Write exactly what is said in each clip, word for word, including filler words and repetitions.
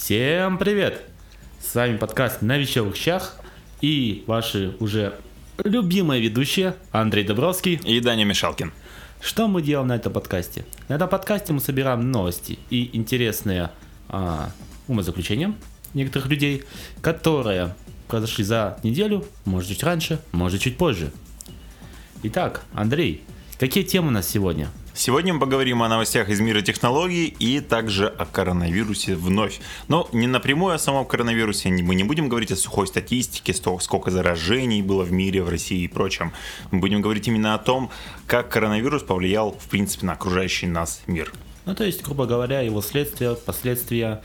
Всем привет! С вами подкаст «На вещевых щах» и ваши уже любимые ведущие Андрей Добровский и Даня Мишалкин. Что мы делаем на этом подкасте? На этом подкасте мы собираем новости и интересные а, умозаключения некоторых людей, которые произошли за неделю, может чуть раньше, может чуть позже. Итак, Андрей, какие темы у нас сегодня? Сегодня мы поговорим о новостях из мира технологий и также о коронавирусе вновь. Но не напрямую о самом коронавирусе, мы не будем говорить о сухой статистике, сколько заражений было в мире, в России и прочем. Мы будем говорить именно о том, как коронавирус повлиял, в принципе, на окружающий нас мир. Ну, то есть, грубо говоря, его следствия, последствия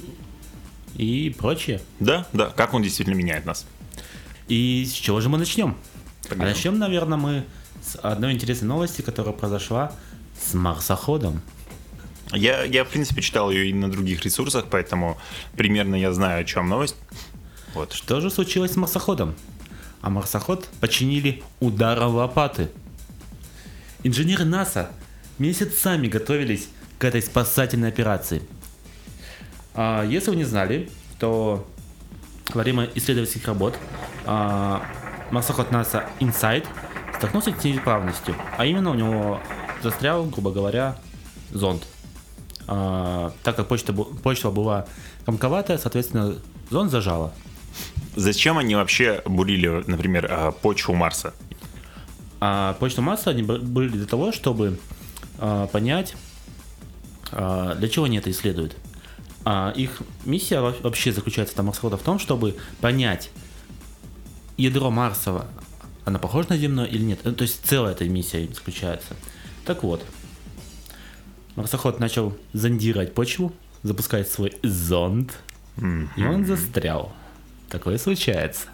и прочее. Да, да, как он действительно меняет нас. И с чего же мы начнем? Пойдем. А начнем, наверное, мы с одной интересной новости, которая произошла с марсоходом. Я, я, в принципе, читал ее и на других ресурсах, поэтому примерно я знаю, о чем новость. Вот. Что же случилось с марсоходом? А марсоход починили ударом лопаты. Инженеры НАСА месяцами готовились к этой спасательной операции. А если вы не знали, то во время исследовательских работ а, марсоход НАСА Insight столкнулся с неисправностью, а именно у него застрял, грубо говоря, зонд. А, так как почта, почта была комковатая, соответственно, зонд зажало. Зачем они вообще бурили, например, почву Марса? А почту Марса они были для того, чтобы а, понять, а, для чего они это исследуют. А их миссия вообще заключается там марсохода в том, чтобы понять ядро Марса, она похожа на земное или нет. То есть целая эта миссия заключается. Так вот, марсоход начал зондировать почву, запускать свой зонд, mm-hmm. и он застрял. Такое случается.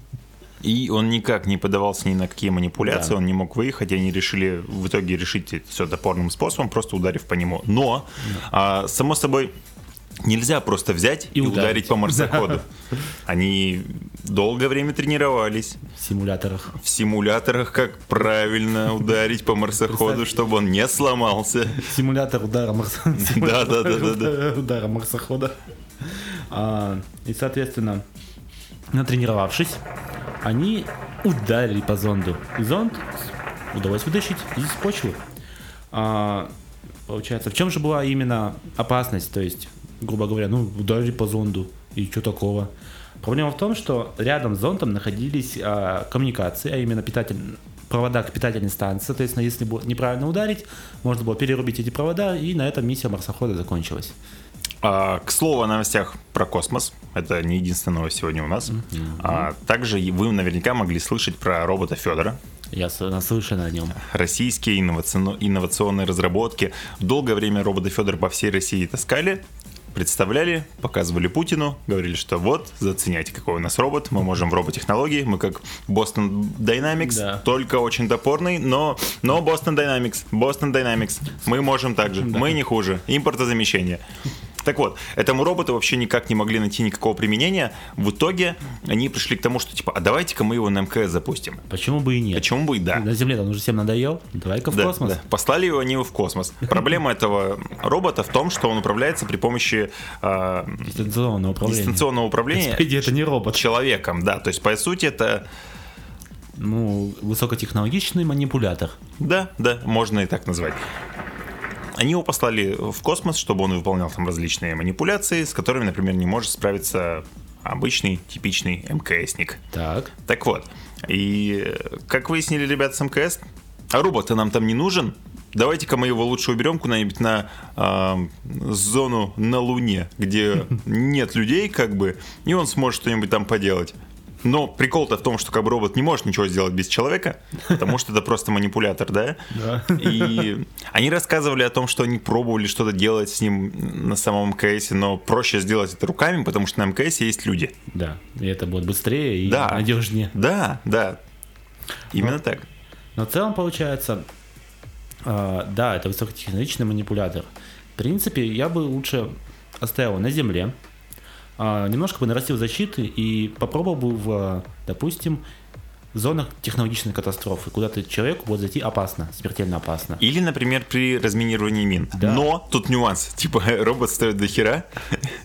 И он никак не поддавался ни на какие манипуляции, да. Он не мог выехать, и они решили в итоге решить все топорным способом, просто ударив по нему. Но, да. а, само собой, нельзя просто взять и, и ударить. ударить по марсоходу. Да. Они долгое время тренировались. В симуляторах. В симуляторах, как правильно ударить по марсоходу, чтобы он не сломался. Симулятор удара марсохода. Да, да, да, да. Удара марсохода. И, соответственно, натренировавшись, они ударили по зонду. И зонд удалось вытащить из почвы. Получается, в чем же была именно опасность? То есть, грубо говоря, ну, ударили по зонду, и что такого? Проблема в том, что рядом с зондом находились а, коммуникации, а именно питатель, провода к питательной станции. Соответственно, если было неправильно ударить, можно было перерубить эти провода, и на этом миссия марсохода закончилась. А, к слову о новостях про космос. Это не единственная новость сегодня у нас. Mm-hmm. А, также вы наверняка могли слышать про робота Федора. Я наслышан о нем. Российские инновацион... инновационные разработки. Долгое время робота Федора по всей России таскали, представляли, показывали Путину, говорили, что вот, заценяйте, какой у нас робот, мы можем в роботехнологии, мы как Boston Dynamics, да. Только очень топорный, но, но Boston Dynamics, Boston Dynamics, мы можем также, да. Мы не хуже, импортозамещение. Так вот, этому роботу вообще никак не могли найти никакого применения. В итоге они пришли к тому, что типа, а давайте-ка мы его на МКС запустим. Почему бы и нет? Почему бы и да. На Земле он уже всем надоел, давай-ка в да, космос. Да. Послали его они в космос. Проблема этого робота в том, что он управляется при помощи э, дистанционного управления. Дистанционного управления. Господи, это не робот. Человеком, да. То есть, по сути, это... Ну, высокотехнологичный манипулятор. Да, да, можно и так назвать. Они его послали в космос, чтобы он выполнял там различные манипуляции, с которыми, например, не может справиться обычный, типичный МКСник. Так. Так вот, и как выяснили ребята с МКС, а робот-то нам там не нужен, давайте-ка мы его лучше уберем куда-нибудь на э, зону на Луне, где нет людей, как бы, и он сможет что-нибудь там поделать. Но прикол-то в том, что как бы робот не может ничего сделать без человека, потому что это просто манипулятор, да? Да. И они рассказывали о том, что они пробовали что-то делать с ним на самом МКСе, но проще сделать это руками, потому что на МКСе есть люди. Да, и это будет быстрее и да. надежнее. Да, да, именно но, так. Но в целом получается, э, да, это высокотехнологичный манипулятор. В принципе, я бы лучше оставил его на Земле, Uh, немножко бы нарастил защиты и попробовал бы в, допустим, зонах технологичной катастрофы, куда-то человеку будет зайти опасно, смертельно опасно. Или, например, при разминировании мин. Да. Но тут нюанс, типа робот стоит до хера.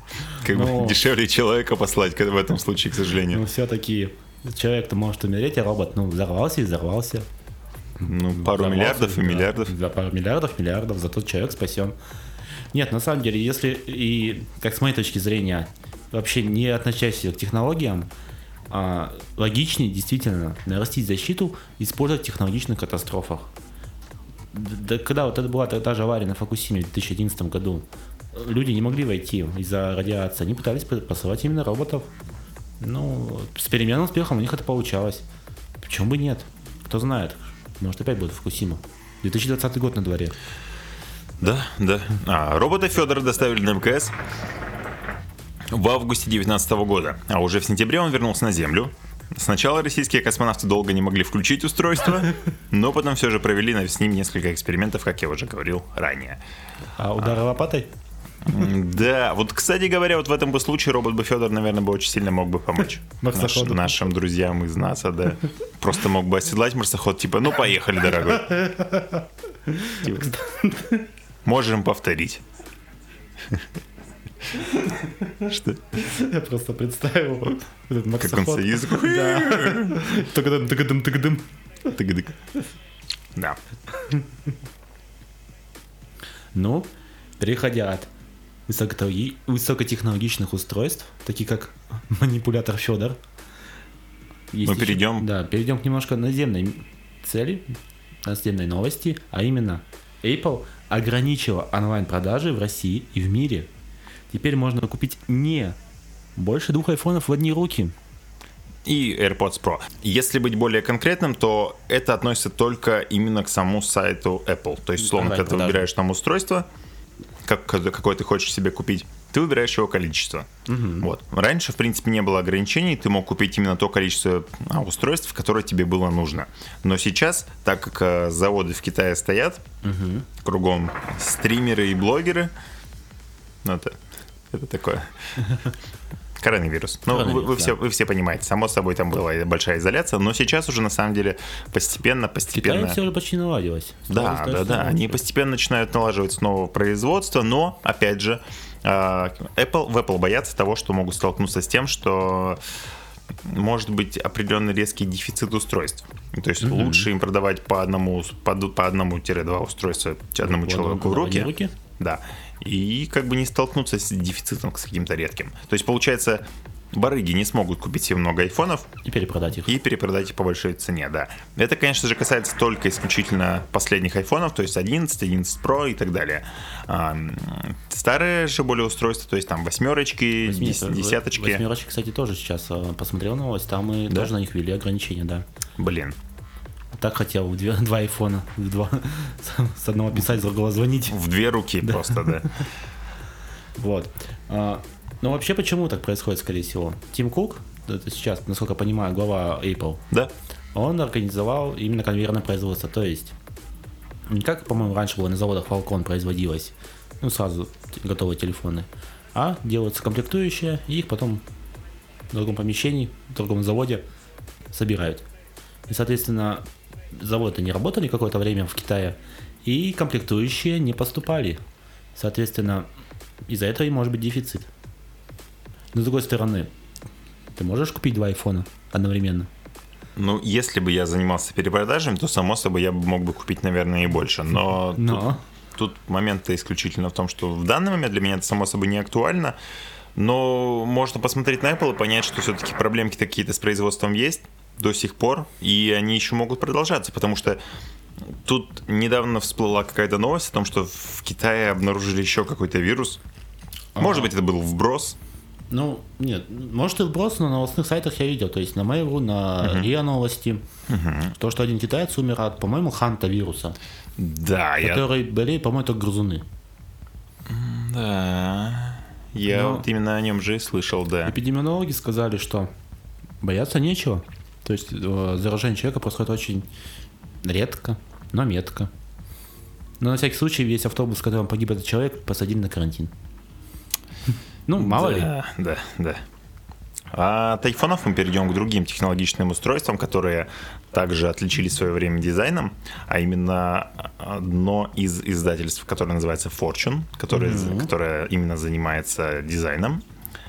Как Но- бы дешевле человека послать к- в этом случае, к сожалению. Ну, все-таки человек-то может умереть, а робот, ну, взорвался и взорвался. Ну, пару Взорвался, миллиардов и да. миллиардов. За пару миллиардов, миллиардов, зато человек спасен. Нет, на самом деле, если и, как с моей точки зрения, вообще не относящийся к технологиям, а, логичнее действительно нарастить защиту, использовать в технологичных катастрофах. Да, когда вот это была та же авария на Фукусиме в две тысячи одиннадцатом году, люди не могли войти из-за радиации, они пытались посылать именно роботов. Ну, с переменным успехом у них это получалось. Почему бы нет? Кто знает, может опять будет Фукусима. две тысячи двадцатый год на дворе. Да, да. А, робота Федора доставили на МКС в августе две тысячи девятнадцатого года, а уже в сентябре он вернулся на Землю. Сначала российские космонавты долго не могли включить устройство, но потом все же провели с ним несколько экспериментов, как я уже говорил ранее. А удары лопатой? М, Да, вот, кстати говоря, вот в этом бы случае робот бы Федор, наверное, бы очень сильно мог бы помочь Наш- Марсоходу. нашим друзьям из НАСА, да. Просто мог бы оседлать марсоход, типа, ну поехали, дорогой. Типа, можем повторить. Что? Я просто представил этот Как он марсоход. садится. Да. Тыгадым, тыгадым, тыгадым. Тык-дык. Да. Ну, переходя от высокотехи- высокотехнологичных устройств, таких как манипулятор Федор, есть Мы еще- перейдем. Да, перейдем к немножко наземной цели, наземной новости, а именно Apple ограничила онлайн-продажи в России и в мире. Теперь можно купить не больше двух айфонов в одни руки. И AirPods Pro. Если быть более конкретным, то это относится только именно к самому сайту Apple. То есть, условно, когда ты Онлайн-продажи. выбираешь там устройство, как, какое ты хочешь себе купить, ты выбираешь его количество. Вот. Раньше, в принципе, не было ограничений, ты мог купить именно то количество а, устройств, которое тебе было нужно. Но сейчас, так как а, заводы в Китае стоят, кругом стримеры и блогеры, ну, это, это такое... Коронавирус. Ну, вы, Коронавирус, вы, да. все, вы все понимаете, само собой там была большая изоляция, но сейчас уже на самом деле постепенно, В постепенно... Китае все уже почти наладилось. Да, Стало да, да. достаточно Они лучше. постепенно начинают налаживать снова производство, но, опять же, а, Apple, в Apple боятся того, что могут столкнуться с тем, что может быть определенный резкий дефицит устройств. То есть лучше им продавать по одному, по, по одному-два устройства одному Вот, человеку в вот, руки. одни руки. Да. И как бы не столкнуться с дефицитом с каким-то редким. То есть, получается, барыги не смогут купить себе много айфонов И перепродать их. и перепродать их по большой цене, да. Это, конечно же, касается только исключительно последних айфонов, то есть одиннадцать, одиннадцать Pro и так далее. А, м, старые же более устройства, то есть там восьмерочки, Восьми- дес- десяточки. Восьмерочки, кстати, тоже сейчас а, посмотрел новость, там и Да? тоже на них ввели ограничения, да. Блин, Так хотел в две- два айфона, в два, с одного писать, с другого звонить. в две руки просто, да. Вот. А, Ну вообще, почему так происходит, скорее всего? Тим Кук, это сейчас, насколько я понимаю, глава Apple, Да, он организовал именно конвейерное производство. То есть, не как, по-моему, раньше было на заводах Falcon производилось, ну сразу т- готовые телефоны, а делаются комплектующие, и их потом в другом помещении, в другом заводе собирают. И, соответственно, заводы не работали какое-то время в Китае, и комплектующие не поступали. Соответственно, из-за этого и может быть дефицит. Но с другой стороны, ты можешь купить два айфона одновременно? ну если бы я занимался перепродажами, то само собой я бы мог бы купить, наверное, и больше. Но, Но. Тут, тут момент-то исключительно в том, что в данный момент для меня это само собой не актуально. Но можно посмотреть на Apple и понять, что все-таки проблемки какие-то с производством есть до сих пор, и они еще могут продолжаться, потому что тут недавно всплыла какая-то новость о том, что в Китае обнаружили еще какой-то вирус. Может быть, это был вброс. Ну, нет, может и вброс, но на новостных сайтах я видел, то есть на Mail.ru, на РИА Новости, то, что один китаец умер от, по-моему, ханта-вируса, Да, я... который болеют, по-моему, только грызуны. Да, я Но- вот именно о нем же и слышал, да. Эпидемиологи сказали, что бояться нечего, то есть э, заражение человека происходит очень редко, но метко. Но на всякий случай весь автобус, в котором погиб этот человек, посадили на карантин. Ну, мало ли. Да, да, да. А от айфонов мы перейдем к другим технологичным устройствам, которые также отличились в свое время дизайном, а именно одно из издательств, которое называется Fortune, которое, которое именно занимается дизайном.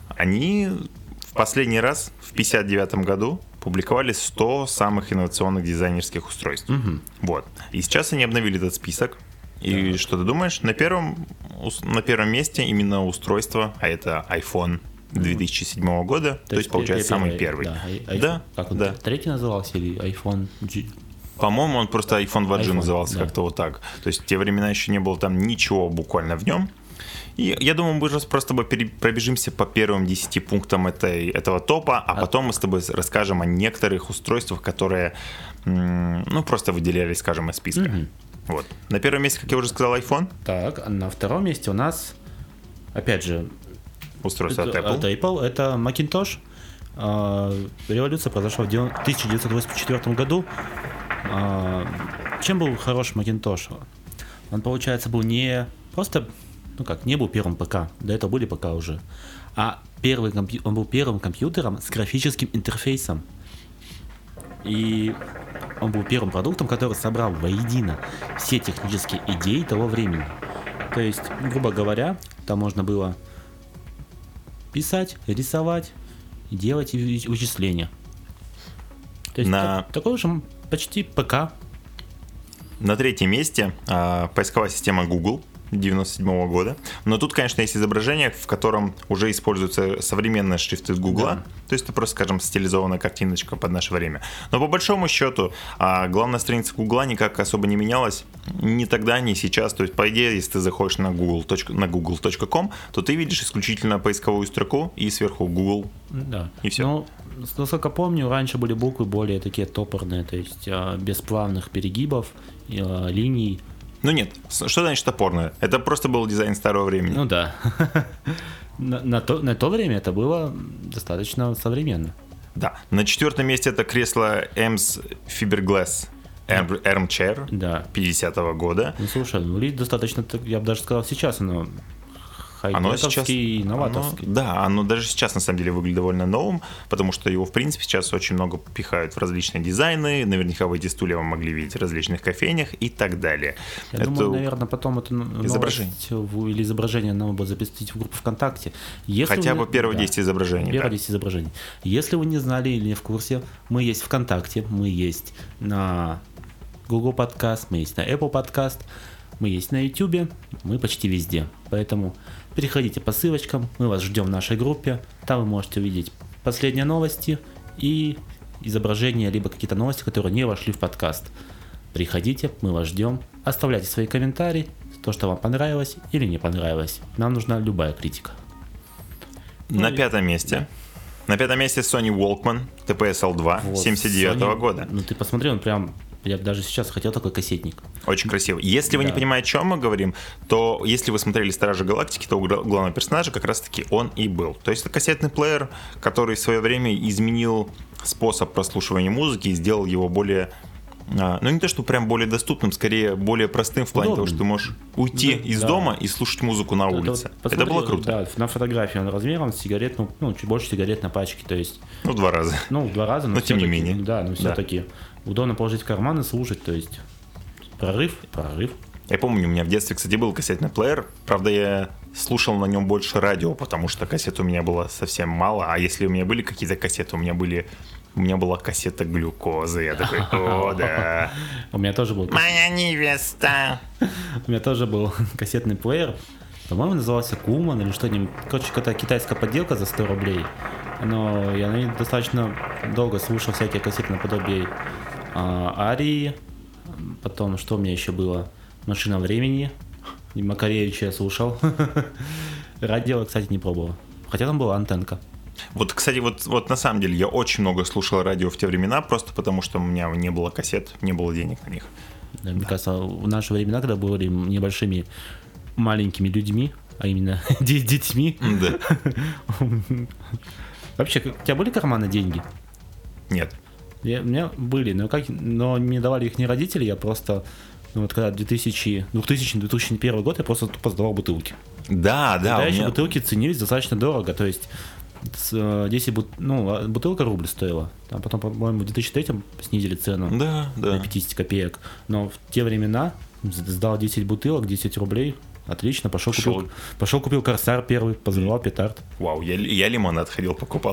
Они в последний раз в пятьдесят девятом году публиковали сто самых инновационных дизайнерских устройств. Мгм. Вот. И сейчас они обновили этот список. И Да. что ты думаешь? На первом, ус- на первом месте именно устройство, а это iPhone две тысячи седьмого года, то, есть, пе- получается, пе- самый первый. Да, ай- ай- Да, как он, да. третий назывался или iPhone G? По-моему, он просто iPhone два джи iPhone, назывался да. как-то вот так. То есть в те времена еще не было там ничего буквально в нем. И я думаю, мы сейчас просто бы пере- пробежимся по первым десяти пунктам этой, этого топа, а потом мы с тобой расскажем о некоторых устройствах, которые м, ну, просто выделялись, скажем, из списка. Мгм. Вот. На первом месте, как я уже сказал, iPhone, Так, а на втором месте у нас, опять же, устройство от это- Apple. от Apple, это Macintosh. А, Революция произошла в девя- тысяча девятьсот восемьдесят четвёртом году. А, Чем был хорош Macintosh? Он, получается, был не просто, ну как, не был первым ПК, до этого были ПК уже, а первый компью- он был первым компьютером с графическим интерфейсом. И он был первым продуктом, который собрал воедино все технические идеи того времени. То есть, грубо говоря, там можно было писать, рисовать, и делать и- и вычисления. То есть На- так- такой же почти ПК. На третьем месте а, поисковая система Google девяносто седьмого года. Но тут, конечно, есть изображение, в котором уже используются современные шрифты Google. Да. То есть это просто, скажем, стилизованная картиночка под наше время. Но по большому счету, а, главная страница Google никак особо не менялась ни тогда, ни сейчас. То есть, по идее, если ты заходишь на Google, на google точка com, то ты видишь исключительно поисковую строку и сверху Google. Да. И всё. Ну, с- насколько помню, раньше были буквы более такие топорные, то есть а, без плавных перегибов, и, а, линий. Ну нет, с- что значит опорное? Это просто был дизайн старого времени. Ну да. На, на то, на то время это было достаточно современно. Да. На четвертом месте это кресло Eames Fiberglass Arm- Armchair Да. пятидесятого года. Ну слушай, ну выглядит достаточно, так, я бы даже сказал, сейчас оно Оно сейчас, хай-тековский и оно- новаторский. да, оно даже сейчас на самом деле выглядит довольно новым, потому что его в принципе сейчас очень много пихают в различные дизайны. Наверняка вы эти стулья вы могли видеть в различных кофейнях и так далее. Я Это думаю, наверное, потом это н- изображение. новость в- или изображение нам бы запустить в группу ВКонтакте. Если хотя вы бы не- первые да, десять изображений. первые да. десять изображений. Если вы не знали или не в курсе, мы есть ВКонтакте, мы есть на Google Подкаст, мы есть на Apple Подкаст, мы есть на YouTube, мы почти везде. Поэтому переходите по ссылочкам, мы вас ждем в нашей группе. Там вы можете увидеть последние новости и изображения, либо какие-то новости, которые не вошли в подкаст. Приходите, мы вас ждем. Оставляйте свои комментарии, то, что вам понравилось или не понравилось. Нам нужна любая критика. На Ну, пятом месте. На пятом месте Sony Walkman ти пи эс эл два Вот, семьдесят девятого Sony, года. Ну ты посмотри, он прям, я бы даже сейчас хотел такой кассетник. Очень красиво. Если вы не Да. понимаете, о чем мы говорим, то если вы смотрели «Стражи Галактики», то у гла- главного персонажа как раз-таки он и был. То есть это кассетный плеер, который в свое время изменил способ прослушивания музыки и сделал его более... а, ну не то, что прям более доступным, скорее более простым в плане Удобным. того, что ты можешь уйти Да, из да. дома и слушать музыку на Это улице. вот Это, посмотри, было круто. Да, на фотографии он размером сигарет, ну, ну, чуть больше сигарет на пачке, то есть, Ну, два раза. ну, в два раза, но, Но тем не всё-таки, менее. Да, но Да. все-таки удобно положить в карман и слушать, то есть, прорыв, прорыв. Я помню, у меня в детстве, кстати, был кассетный плеер. Правда, я слушал на нем больше радио, потому что кассет у меня было совсем мало. А если у меня были какие-то кассеты, у меня были... У меня была кассета глюкозы. Я такой, о, да. У меня тоже был, Моя невеста. у меня тоже был кассетный плеер, по-моему, назывался Куман или что-нибудь. Короче, какая-то китайская подделка за сто рублей. Но я на ней достаточно долго слушал всякие кассеты наподобие а, Арии. Потом, что у меня еще было? Машина времени. И Макаревича я слушал. Радио, кстати, не пробовал. Хотя там была антенка. Вот, кстати, вот, вот на самом деле я очень много слушал радио в те времена, просто потому что у меня не было кассет, не было денег на них. Да, мне кажется, в наши времена, когда были небольшими маленькими людьми, а именно де- детьми, Да. вообще, как- у тебя были карманы деньги? Нет. Я- у меня были, но как, но мне давали их не родители, я просто, ну вот когда две тысячи, двухтысячный две тысячи первый год, я просто тупо сдавал бутылки. Да, да. Тогда у еще меня- бутылки ценились достаточно дорого, то есть с, э, десять бут... ну, а бутылка рубль стоила, а потом, по-моему, в две тысячи третьем снизили цену Да, до да. пятьдесят копеек, но в те времена сдал десять бутылок, десять рублей, Отлично, пошел Шел. купил, пошел купил Корсар первый, позаливал петард. Вау, я, я лимонад ходил, покупал.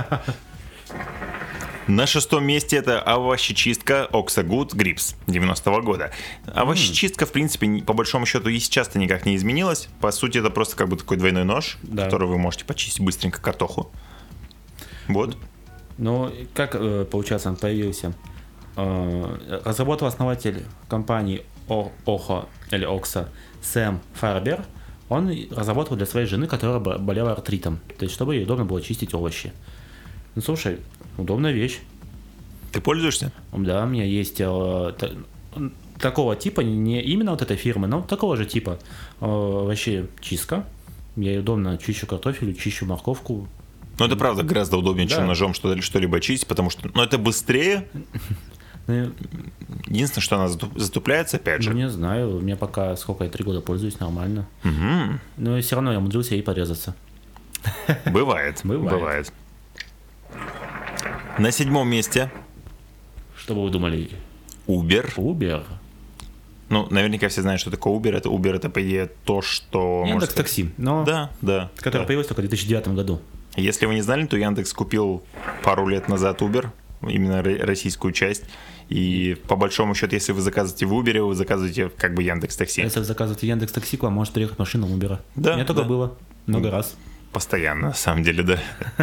На шестом месте это овощечистка Oxagood Grips девяностого года. Овощечистка, в принципе, не- по большому счету и сейчас-то никак не изменилась. По сути, это просто как бы такой двойной нож, Да. который вы можете почистить быстренько картоху. Вот. Ну, как, э, получается, он появился? Э, разработал основатель компании О- Охо или Окса Сэм Фарбер. Он разработал для своей жены, которая бо- болела артритом. То есть, чтобы ей удобно было чистить овощи. Ну, слушай, удобная вещь. Ты пользуешься? Да, у меня есть э, та- такого типа, не именно вот этой фирмы, но такого же типа. Э, вообще чистка. Я ей удобно чищу картофель, чищу морковку. Ну, это правда гораздо удобнее, Да. чем ножом что- что-либо чистить, потому что, ну, это быстрее. Ну, Единственное, что она затуп- затупляется, опять ну, же. не знаю, у меня пока сколько я три года пользуюсь, нормально. Мгм. Но все равно я умудрился ей порезаться. Бывает, Бывает. бывает. На седьмом месте Что бы вы думали? Uber. Uber? Ну, наверняка все знают, что такое Uber. Это Uber, это, по идее, то, что... можно Яндекс сказать- Такси, но Да, да. который да. появился только в две тысячи девятом году. Если вы не знали, то Яндекс купил пару лет назад Uber, именно ро- российскую часть. И по большому счету, если вы заказываете в Uber, вы заказываете как бы Яндекс Такси. Если вы заказываете Яндекс Такси, к вам может приехать машина Uber. Да, У меня только да. было много раз. Постоянно, на самом деле, да.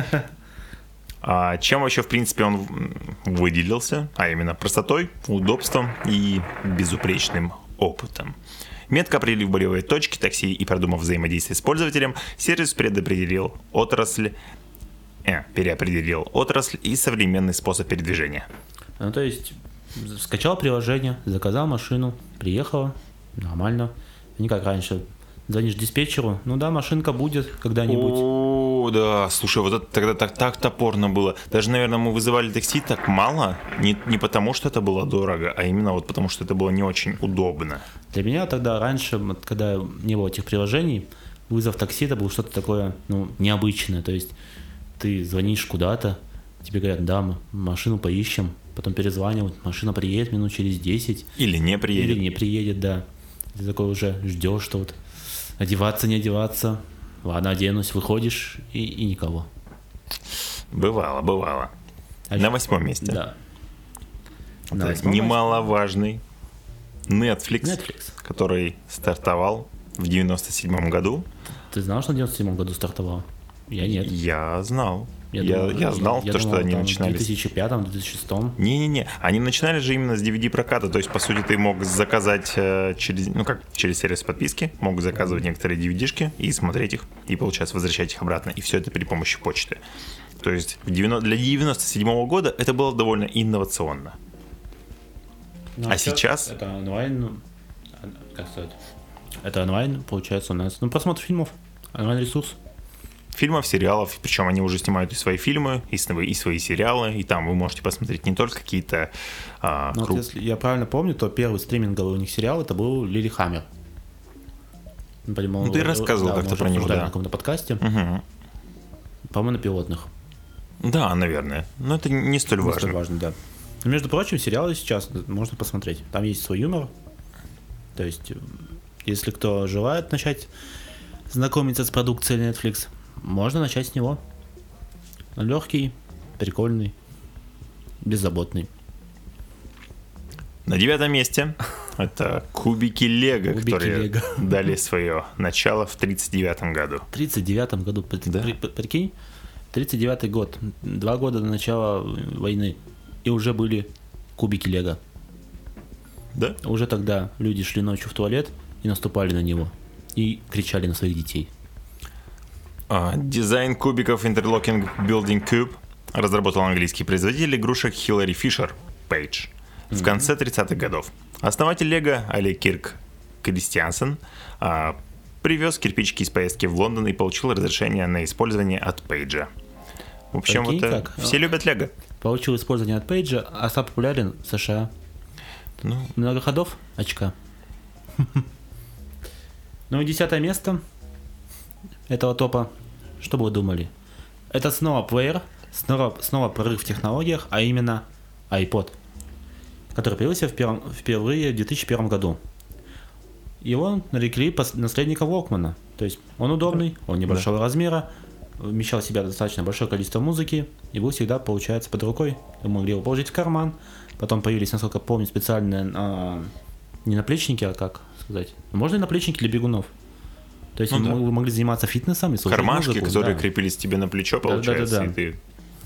А чем вообще, в принципе, он м, выделился? А именно простотой, удобством и безупречным опытом. Метко определив болевые точки такси и продумав взаимодействие с пользователем, сервис предопределил отрасль, э, переопределил отрасль и современный способ передвижения. Ну, то есть, скачал приложение, заказал машину, приехала, нормально. Не как раньше. Звонишь диспетчеру, ну да, машинка будет когда-нибудь. О, да, слушай, вот это тогда так, так топорно было. Даже, наверное, мы вызывали такси так мало, не, не потому что это было дорого, а именно вот потому что это было не очень удобно. Для меня тогда раньше, вот когда не было этих приложений, вызов такси это было что-то такое, ну, необычное. То есть ты звонишь куда-то, тебе говорят, да, мы машину поищем, потом перезванивают, машина приедет минут через десять. Или не приедет. Или не приедет, да. Ты такой уже ждешь, что вот одеваться, не одеваться. Ладно, оденусь, выходишь и, и никого. Бывало, бывало. А На ж- восьмом месте. Да. Это На восьмом немаловажный Netflix, Netflix. который стартовал в девяносто седьмом году. Ты знал, что в девяносто седьмом году стартовал? Я нет. Я знал. Я, думал- я знал, я то, что думал, они там начинали... В две тысячи пятом - две тысячи шестом. Не-не-не, они начинали же именно с ди ви ди-проката, то есть, по сути, ты мог заказать э, через, ну как, через сервис подписки, мог заказывать некоторые ди ви ди-шки и смотреть их, и, получается, возвращать их обратно, и все это при помощи почты. То есть, в девяносто для девяносто седьмого года это было довольно инновационно. Ну, А сейчас? Это онлайн, ну, как сказать, это онлайн, получается, у нас, ну, просмотр фильмов, онлайн-ресурс. Фильмов, сериалов, причем они уже снимают и свои фильмы, и свои, и свои сериалы, и там вы можете посмотреть не только какие-то а, Ну, вот круг- если я правильно помню, то первый стриминговый у них сериал это был Лили Хаммер. Ну, по-моему, Ну, ты его- рассказывал да, как-то мы уже про него, обсуждали да. на каком-то подкасте. Мгм. По-моему, на пилотных. Да, наверное. Но это не столь Не важно. столь важно, да. Но, между прочим, сериалы сейчас можно посмотреть. Там есть свой юмор. То есть, э, если кто желает начать знакомиться с продукцией Netflix, можно начать с него. Он легкий, прикольный, беззаботный. На девятом месте это кубики Лего, Кубики которые Лего. дали свое начало в тридцать девятом году. В тридцать девятом году, при- Да. при- при- прикинь, тридцать девятый год, два года до начала войны, и уже были кубики Лего. Да? Уже тогда люди шли ночью в туалет и наступали на него, и кричали на своих детей. А, дизайн кубиков Interlocking Building Cube разработал английский производитель игрушек Хиллари Фишер Пейдж в конце тридцатых годов. Основатель Лего Али Кирк Кристиансен а, привез кирпичики из поездки в Лондон и получил разрешение на использование от Пейджа. В общем, Прикинь, вот э, как? все любят Лего. Получил использование от Пейджа, а стал популярен в США. Ну, Много ходов, очка. Ну и десятое место этого топа. Что бы вы думали? Это снова плеер, снова, снова прорыв в технологиях, а именно iPod, который появился в первом, впервые в две тысячи первом году. его нарекли пос- наследником Walkman. То есть он удобный, он небольшого да. размера, вмещал в себя достаточно большое количество музыки, и был всегда, получается, под рукой. Вы могли его положить в карман. Потом появились, насколько помню, специальные а, не наплечники, а как сказать. Можно и наплечники для бегунов. То есть ну, вы, да. вы могли заниматься фитнесом и слушать кармашки, музыку, которые да. крепились тебе на плечо, получается. Да, да, да, да. И ты...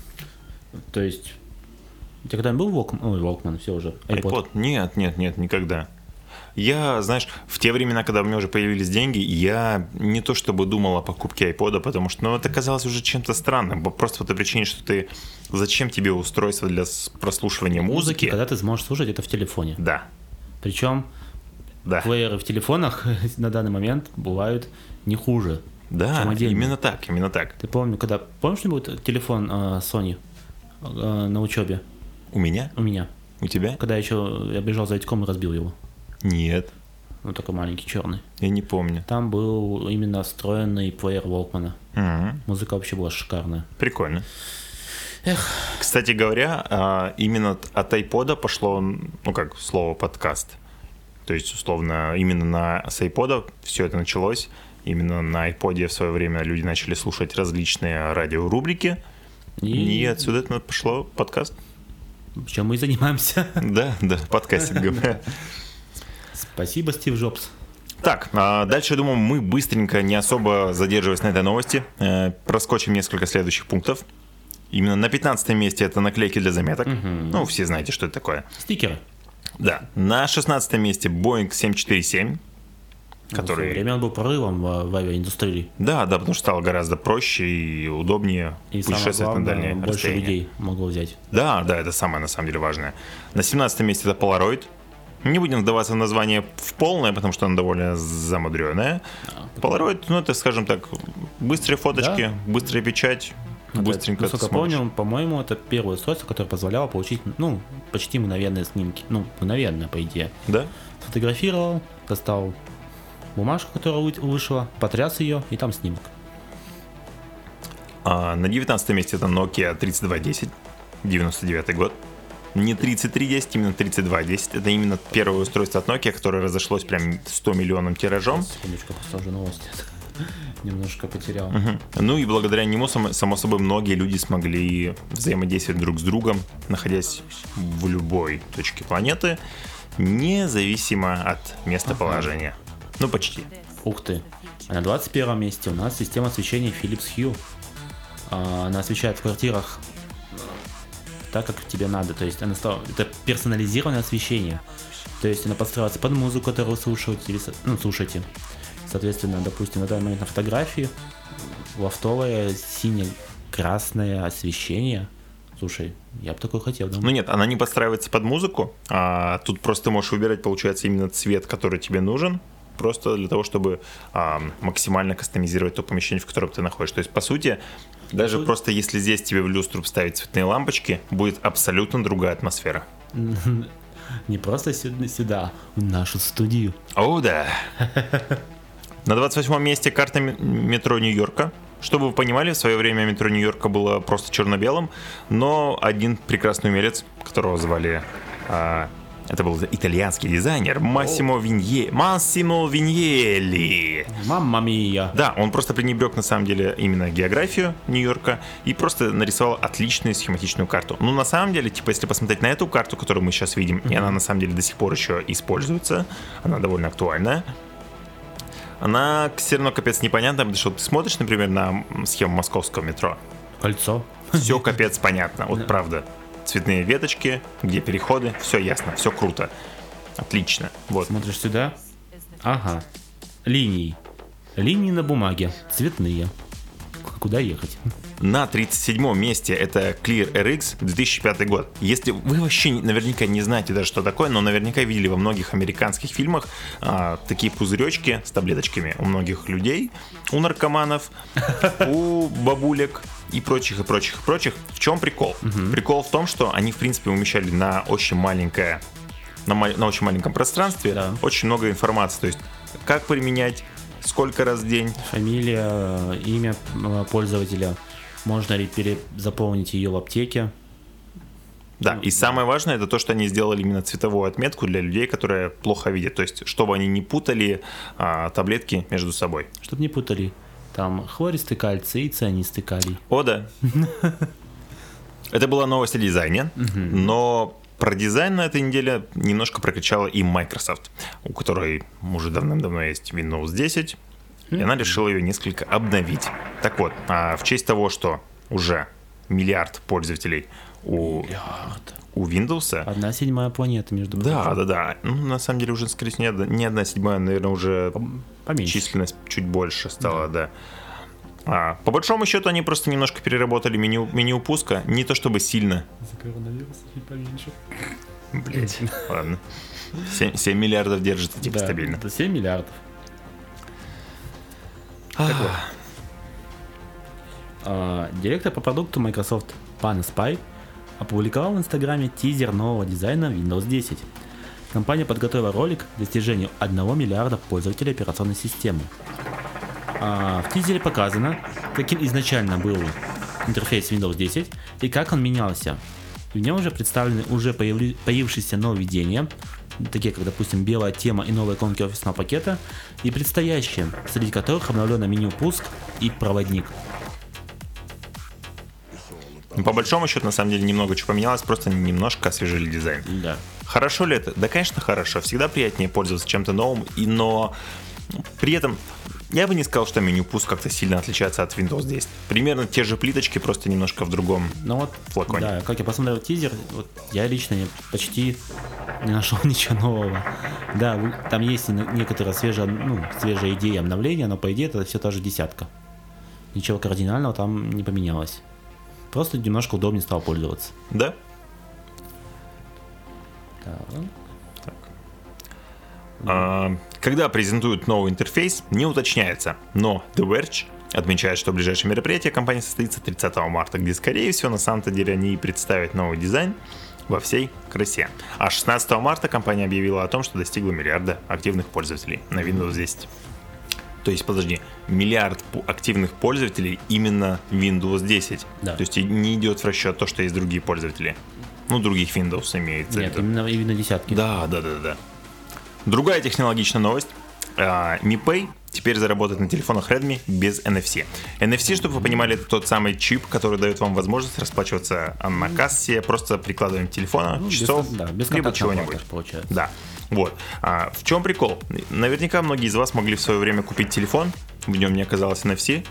То есть у тебя когда-нибудь был Walkman? Ой, Walkman, все уже. iPod? iPod? Нет, нет, нет, никогда. Я, знаешь, в те времена, когда у меня уже появились деньги, я не то чтобы думал о покупке iPod, потому что ну, это казалось уже чем-то странным. Просто по той причине, что ты... Зачем тебе устройство для прослушивания музыки? Музыки, когда ты сможешь слушать это в телефоне. Да. Причем да. плееры в телефонах на данный момент бывают не хуже, да, чем отдельные. Именно так, именно так. Ты помню, когда... Помнишь, что будет телефон э, Sony э, на учебе? У меня? У меня. У тебя? Когда я еще я бежал за Витьком и разбил его. Нет. Ну, такой маленький, черный. Я не помню. Там был именно встроенный плеер Walkman. Угу. Музыка вообще была шикарная. Прикольно. Эх. Кстати говоря, именно от iPod пошло, ну как, слово подкаст. То есть, условно, именно на, с iPod все это началось. Именно на iPod в свое время люди начали слушать различные радиорубрики. И, и отсюда это пошло подкаст. Чем мы и занимаемся. Да, да, подкастингом. Спасибо, Стив Джобс. Так, дальше, я думаю, мы быстренько, не особо задерживаясь на этой новости, проскочим несколько следующих пунктов. Именно на пятнадцатом месте это наклейки для заметок. Угу. Ну, все знаете, что это такое. Стикеры. Да. На шестнадцатом месте Boeing семь четыре семь. Который... В свое время он был прорывом в, в авиаиндустрии. Да, да, потому что стало гораздо проще и удобнее и путешествовать на дальние больше расстояния. людей могло взять. Да, да, это самое на самом деле важное. На семнадцатом месте это Polaroid. Не будем вдаваться в название в полное, потому что оно довольно замудренное. А, Polaroid, ну это, скажем так, быстрые фоточки, да? Быстрая печать. Это, быстренько насколько ты смотришь. помню, по-моему, это первое устройство, которое позволяло получить, ну, почти мгновенные снимки. Ну, мгновенно, по идее. Да? Сфотографировал, достал бумажку, которая вышла, потряс ее, и там снимок. А на девятнадцатом месте это Nokia тридцать два десять, девяносто девятый год. Не тридцать три десять, именно тридцать два десять. Это именно первое устройство от Nokia, которое разошлось прям сто миллионным тиражом. Секундочку, поставлю новости. Немножко потерял. Угу. Ну и благодаря нему, само, само собой, многие люди смогли взаимодействовать друг с другом, находясь в любой точке планеты, независимо от местоположения. Ага. Ну, почти. Ух ты. А на двадцать первом месте у нас система освещения Philips Hue. Она освещает в квартирах так, как тебе надо. То есть она стала... это персонализированное освещение. То есть она подстраивается под музыку, которую вы слушаете. Или... Ну, слушайте. Соответственно, допустим, на данный момент на фотографии лофтовое сине-красное освещение. Слушай, я бы такое хотел. Думаю. Ну нет, она не подстраивается под музыку, а тут просто ты можешь выбирать, получается, именно цвет, который тебе нужен, просто для того, чтобы а, максимально кастомизировать то помещение, в котором ты находишься. То есть, по сути, даже Тут... просто если здесь тебе в люстру вставить цветные лампочки, будет абсолютно другая атмосфера. Не просто сюда, в нашу студию. О, да. На двадцать восьмом месте карта метро Нью-Йорка. Чтобы вы понимали, в свое время метро Нью-Йорка было просто черно-белым, но один прекрасный умелец, которого звали... А, это был итальянский дизайнер Массимо Винье... Массимо Виньелли. Мамма мия. Да, он просто пренебрег на самом деле именно географию Нью-Йорка и просто нарисовал отличную схематичную карту. Ну, на самом деле, типа, если посмотреть на эту карту, которую мы сейчас видим, mm-hmm. и она на самом деле до сих пор еще используется, она довольно актуальная. Она все равно капец непонятна, потому что ты смотришь, например, на схему московского метро. Кольцо. Все капец понятно, вот правда. Цветные веточки, где переходы, все ясно, все круто. Отлично. Вот. Смотришь сюда. Ага. Линии. Линии на бумаге. Цветные. Куда ехать? На тридцать седьмом месте это Clear эр икс две тысячи пятый год. Если вы вообще наверняка не знаете даже, что такое, но наверняка видели во многих американских фильмах а, такие пузыречки с таблеточками у многих людей, у наркоманов, у бабулек и прочих, и прочих, и прочих. В чем прикол? Угу. Прикол в том, что они, в принципе, умещали на очень маленькое, на, на очень маленьком пространстве да. очень много информации. То есть, как применять, сколько раз в день. Фамилия, имя пользователя. Можно ли перезаполнить ее в аптеке? Да, и самое важное, это то, что они сделали именно цветовую отметку для людей, которые плохо видят. То есть, чтобы они не путали а, таблетки между собой. Чтобы не путали. Там хлористый кальций и цианистый калий. О, да. Это была новость о дизайне, но про дизайн на этой неделе немножко прокричала и Microsoft, у которой уже давным-давно есть Windows десять, и она решила ее несколько обновить. Так вот, а в честь того, что уже миллиард пользователей у, у Windows. Одна седьмая планета, между прочим. Да, да, да. Ну, на самом деле, уже, скорее всего, не одна, не одна седьмая, наверное, уже поменьше. Численность чуть больше стала, да. да. А, по большому счету, они просто немножко переработали меню, меню пуска, не то чтобы сильно. За коронавирус чуть поменьше. Блять, ладно. семь миллиардов держится, типа, да, стабильно. Это семь миллиардов. Так вот. А, директор по продукту Microsoft Пан Спай опубликовал в Инстаграме тизер нового дизайна Windows десять. Компания подготовила ролик к достижению одного миллиарда пользователей операционной системы. А, в тизере показано, каким изначально был интерфейс Windows десять и как он менялся. В нем уже представлены уже появли, появившиеся нововведения, такие как, допустим, белая тема и новые иконки офисного пакета, и предстоящие, среди которых обновлено меню пуск и проводник. По большому счету, на самом деле, немного чего поменялось, просто немножко освежили дизайн. Да. Хорошо ли это? Да, конечно, хорошо. Всегда приятнее пользоваться чем-то новым, и, но при этом я бы не сказал, что меню пуск как-то сильно отличается от Windows десять. Примерно те же плиточки, просто немножко в другом ну вот, флаконе. Да, как я посмотрел тизер, вот я лично почти не нашел ничего нового. Да, там есть некоторые свежие, ну, свежие идеи обновления, но по идее это все та же десятка. Ничего кардинального там не поменялось. Просто немножко удобнее стало пользоваться. Да? Так. Так. А, когда презентуют новый интерфейс, не уточняется, но The Verge отмечает, что ближайшее мероприятие компании состоится тридцатого марта, где, скорее всего, на самом-то деле они и представят новый дизайн во всей красе. А шестнадцатого марта компания объявила о том, что достигла миллиарда активных пользователей на Windows десять. То есть, подожди, миллиард активных пользователей именно Windows десять. Да. То есть не идет в расчет то, что есть другие пользователи. Ну, других Windows имеется. Нет, именно, именно десятки. Да, да, да, да. Другая технологичная новость. Uh, Mi Pay теперь заработает на телефонах Redmi без эн эф си. эн эф си, чтобы вы понимали, это тот самый чип, который дает вам возможность расплачиваться на кассе просто прикладыванием телефона, ну, часов, без, да, без либо чего-нибудь. Получается. Да. Вот. А в чем прикол? Наверняка многие из вас могли в свое время купить телефон, в нем не оказалось эн эф си,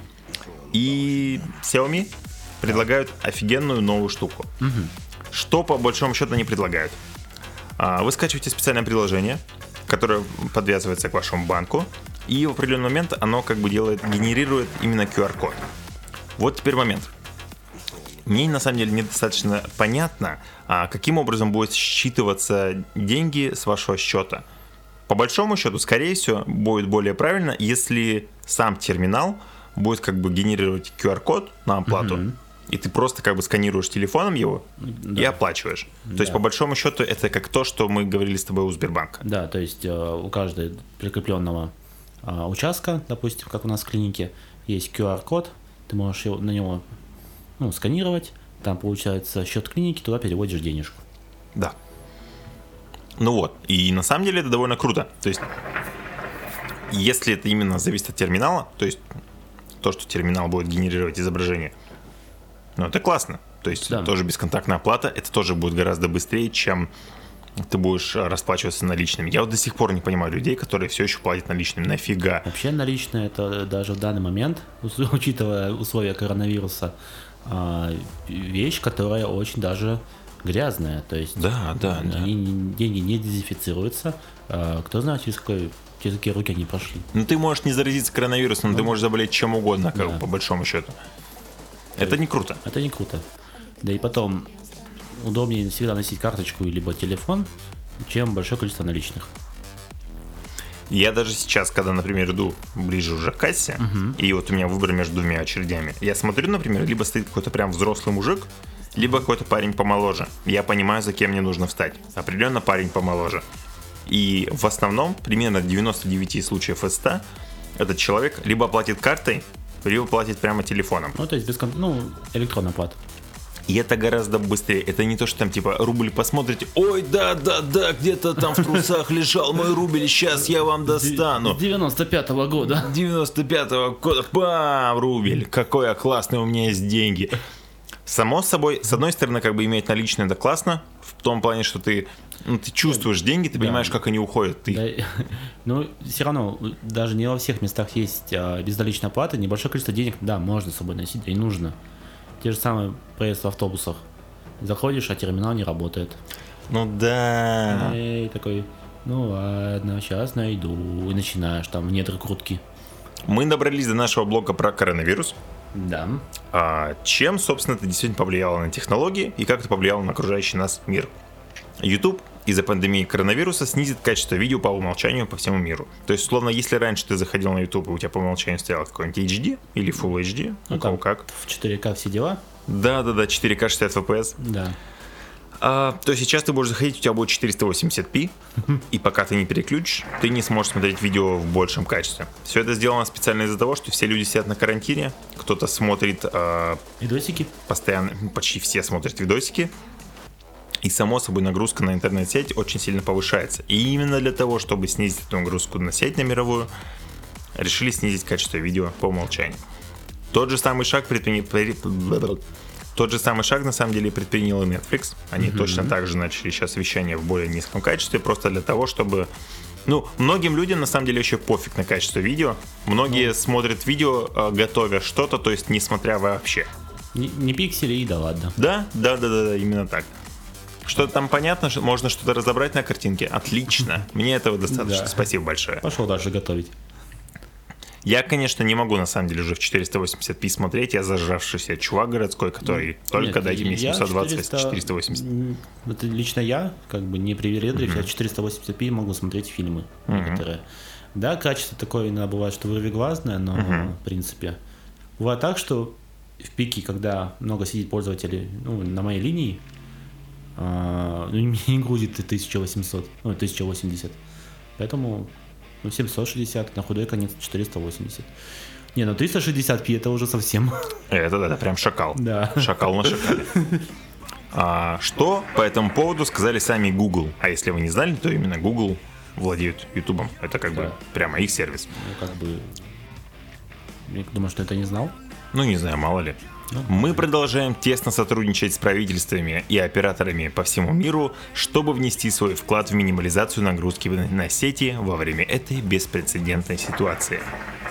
и Xiaomi предлагают офигенную новую штуку. Угу. Что по большому счету они предлагают? А, вы скачиваете специальное приложение, которое подвязывается к вашему банку, и в определенный момент оно как бы делает, генерирует именно ку ар-код. Вот теперь момент. Мне на самом деле недостаточно понятно, а каким образом будет считываться деньги с вашего счета. По большому счету, скорее всего, будет более правильно, если сам терминал будет как бы генерировать ку ар-код на оплату, угу. и ты просто как бы сканируешь телефоном его, да. и оплачиваешь. То да. есть, по большому счету, это как то, что мы говорили с тобой у Сбербанка. Да, то есть у каждого прикрепленного участка, допустим, как у нас в клинике, есть ку ар-код, ты можешь его, на него ну, сканировать, там получается счет клиники, туда переводишь денежку. Да. Ну вот, и на самом деле это довольно круто. То есть, если это именно зависит от терминала, то есть то, что терминал будет генерировать изображение, ну это классно. То есть да. тоже бесконтактная оплата, это тоже будет гораздо быстрее, чем ты будешь расплачиваться наличными. Я вот до сих пор не понимаю людей, которые все еще платят наличными. Нафига? Вообще наличные это даже в данный момент, учитывая условия коронавируса, вещь, которая очень даже грязная. То есть да, да, они, да. деньги не дезинфицируются. Кто знает, через, какой, через какие руки они прошли. Ну ты можешь не заразиться коронавирусом, но ну, ты можешь заболеть чем угодно, как, да. по большому счету. То это не круто. Это не круто. Да и потом удобнее всегда носить карточку либо телефон, чем большое количество наличных. Я даже сейчас, когда, например, иду ближе уже к кассе, uh-huh. и вот у меня выбор между двумя очередями, я смотрю, например, либо стоит какой-то прям взрослый мужик, либо какой-то парень помоложе. Я понимаю, за кем мне нужно встать. Определенно парень помоложе. И в основном, примерно девяносто девять случаев из ста, этот человек либо платит картой, либо платит прямо телефоном. Ну, то есть без кон... ну, электронная плата. И это гораздо быстрее. Это не то, что там типа рубль посмотрите, ой, да-да-да, где-то там в трусах лежал мой рубль, сейчас я вам достану. С девяносто пятого года. девяносто пятого года, пам, рубль, какой классный у меня есть деньги. Само собой, с одной стороны, как бы иметь наличные это классно, в том плане, что ты, ну, ты чувствуешь деньги, ты да. понимаешь, как они уходят. Ты... Да, но все равно, даже не во всех местах есть а, безналичная оплата, небольшое количество денег, да, можно с собой носить, да и нужно. Те же самые проезд в автобусах. Заходишь, а терминал не работает. Ну да. И такой, ну ладно, сейчас найду. И начинаешь там в недры крутки. Мы добрались до нашего блока про коронавирус. Да. А чем, собственно, это действительно повлияло на технологии и как это повлияло на окружающий нас мир? YouTube из-за пандемии коронавируса снизит качество видео по умолчанию по всему миру. То есть, условно, если раньше ты заходил на YouTube, и у тебя по умолчанию стояло какой-нибудь эйч ди или Full эйч ди, Ну, у кого там как. в четыре ка все дела. Да-да-да, четыре ка шестьдесят эф пи эс. Да. А, то сейчас ты будешь заходить, у тебя будет четыреста восемьдесят пи, и пока ты не переключишь, ты не сможешь смотреть видео в большем качестве. Все это сделано специально из-за того, что все люди сидят на карантине, кто-то смотрит а, Видосики. постоянно, почти все смотрят видосики, и само собой нагрузка на интернет-сеть очень сильно повышается. И именно для того, чтобы снизить эту нагрузку на сеть, на мировую, решили снизить качество видео по умолчанию. Тот же самый шаг предпринял... Тот же самый шаг, на самом деле, предпринял и Netflix. Они mm-hmm. точно так же начали сейчас вещание в более низком качестве, просто для того, чтобы... Ну, многим людям, на самом деле, вообще пофиг на качество видео. Многие mm-hmm. смотрят видео, готовя что-то, то есть не смотря вообще. Не, не пиксели и да ладно. Да, да, да, да, да, именно так. Что-то там понятно, можно что-то разобрать на картинке? Отлично. Мне этого достаточно. Да. Спасибо большое. Пошел дальше готовить. Я, конечно, не могу, на самом деле, уже в четыреста восемьдесят пи смотреть. Я зажравшийся чувак городской, который Нет, только дайте мне семьсот двадцать, четыреста восемьдесят. Это лично я, как бы не привередлив, mm-hmm. я четыреста восемьдесят пи могу смотреть фильмы mm-hmm. некоторые. Да, качество такое иногда бывает, что вырвиглазное, но mm-hmm. в принципе. Бывает так, что в пике, когда много сидит пользователей, ну, на моей линии, а, ну, не грузит тысяча восемьсот, ну, тысяча восемьдесят. Поэтому... Ну, семьсот шестьдесят, на худой конец четыреста восемьдесят. Не, ну триста шестьдесят пи это уже совсем. Это, да, это прям шакал. Да. Шакал на шакале. А, что по этому поводу сказали сами Google? А если вы не знали, то именно Google владеют YouTube. Это как да. бы прямо их сервис. Ну, как бы... Я думаю, что это не знал. Ну, не знаю, мало ли. Мы продолжаем тесно сотрудничать с правительствами и операторами по всему миру, чтобы внести свой вклад в минимализацию нагрузки на сети во время этой беспрецедентной ситуации.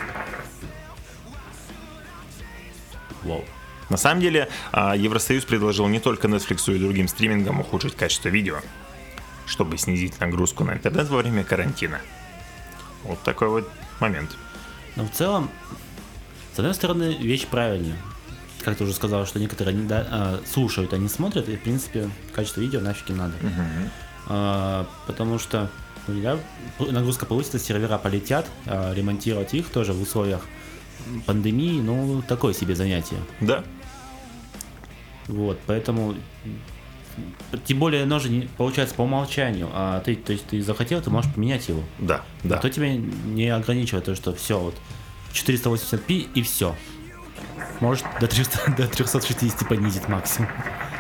Wow. На самом деле, Евросоюз предложил не только Netflix и другим стримингам ухудшить качество видео, чтобы снизить нагрузку на интернет во время карантина. Вот такой вот момент. Но в целом, с одной стороны, вещь правильная. Как ты уже сказал, что некоторые не, да, а, слушают, а не смотрят, и в принципе качество видео нафиг им надо. Uh-huh. А, потому что ну, да, нагрузка получится, сервера полетят, а ремонтировать их тоже в условиях пандемии, ну, такое себе занятие. Да. Вот, поэтому, тем более оно же не, получается по умолчанию, а ты, то есть ты захотел, ты можешь поменять его. Да, да. Никто тебя не ограничивает, то, что все, вот, четыреста восемьдесят пи и все. Может до триста, до триста шестьдесят понизить максимум.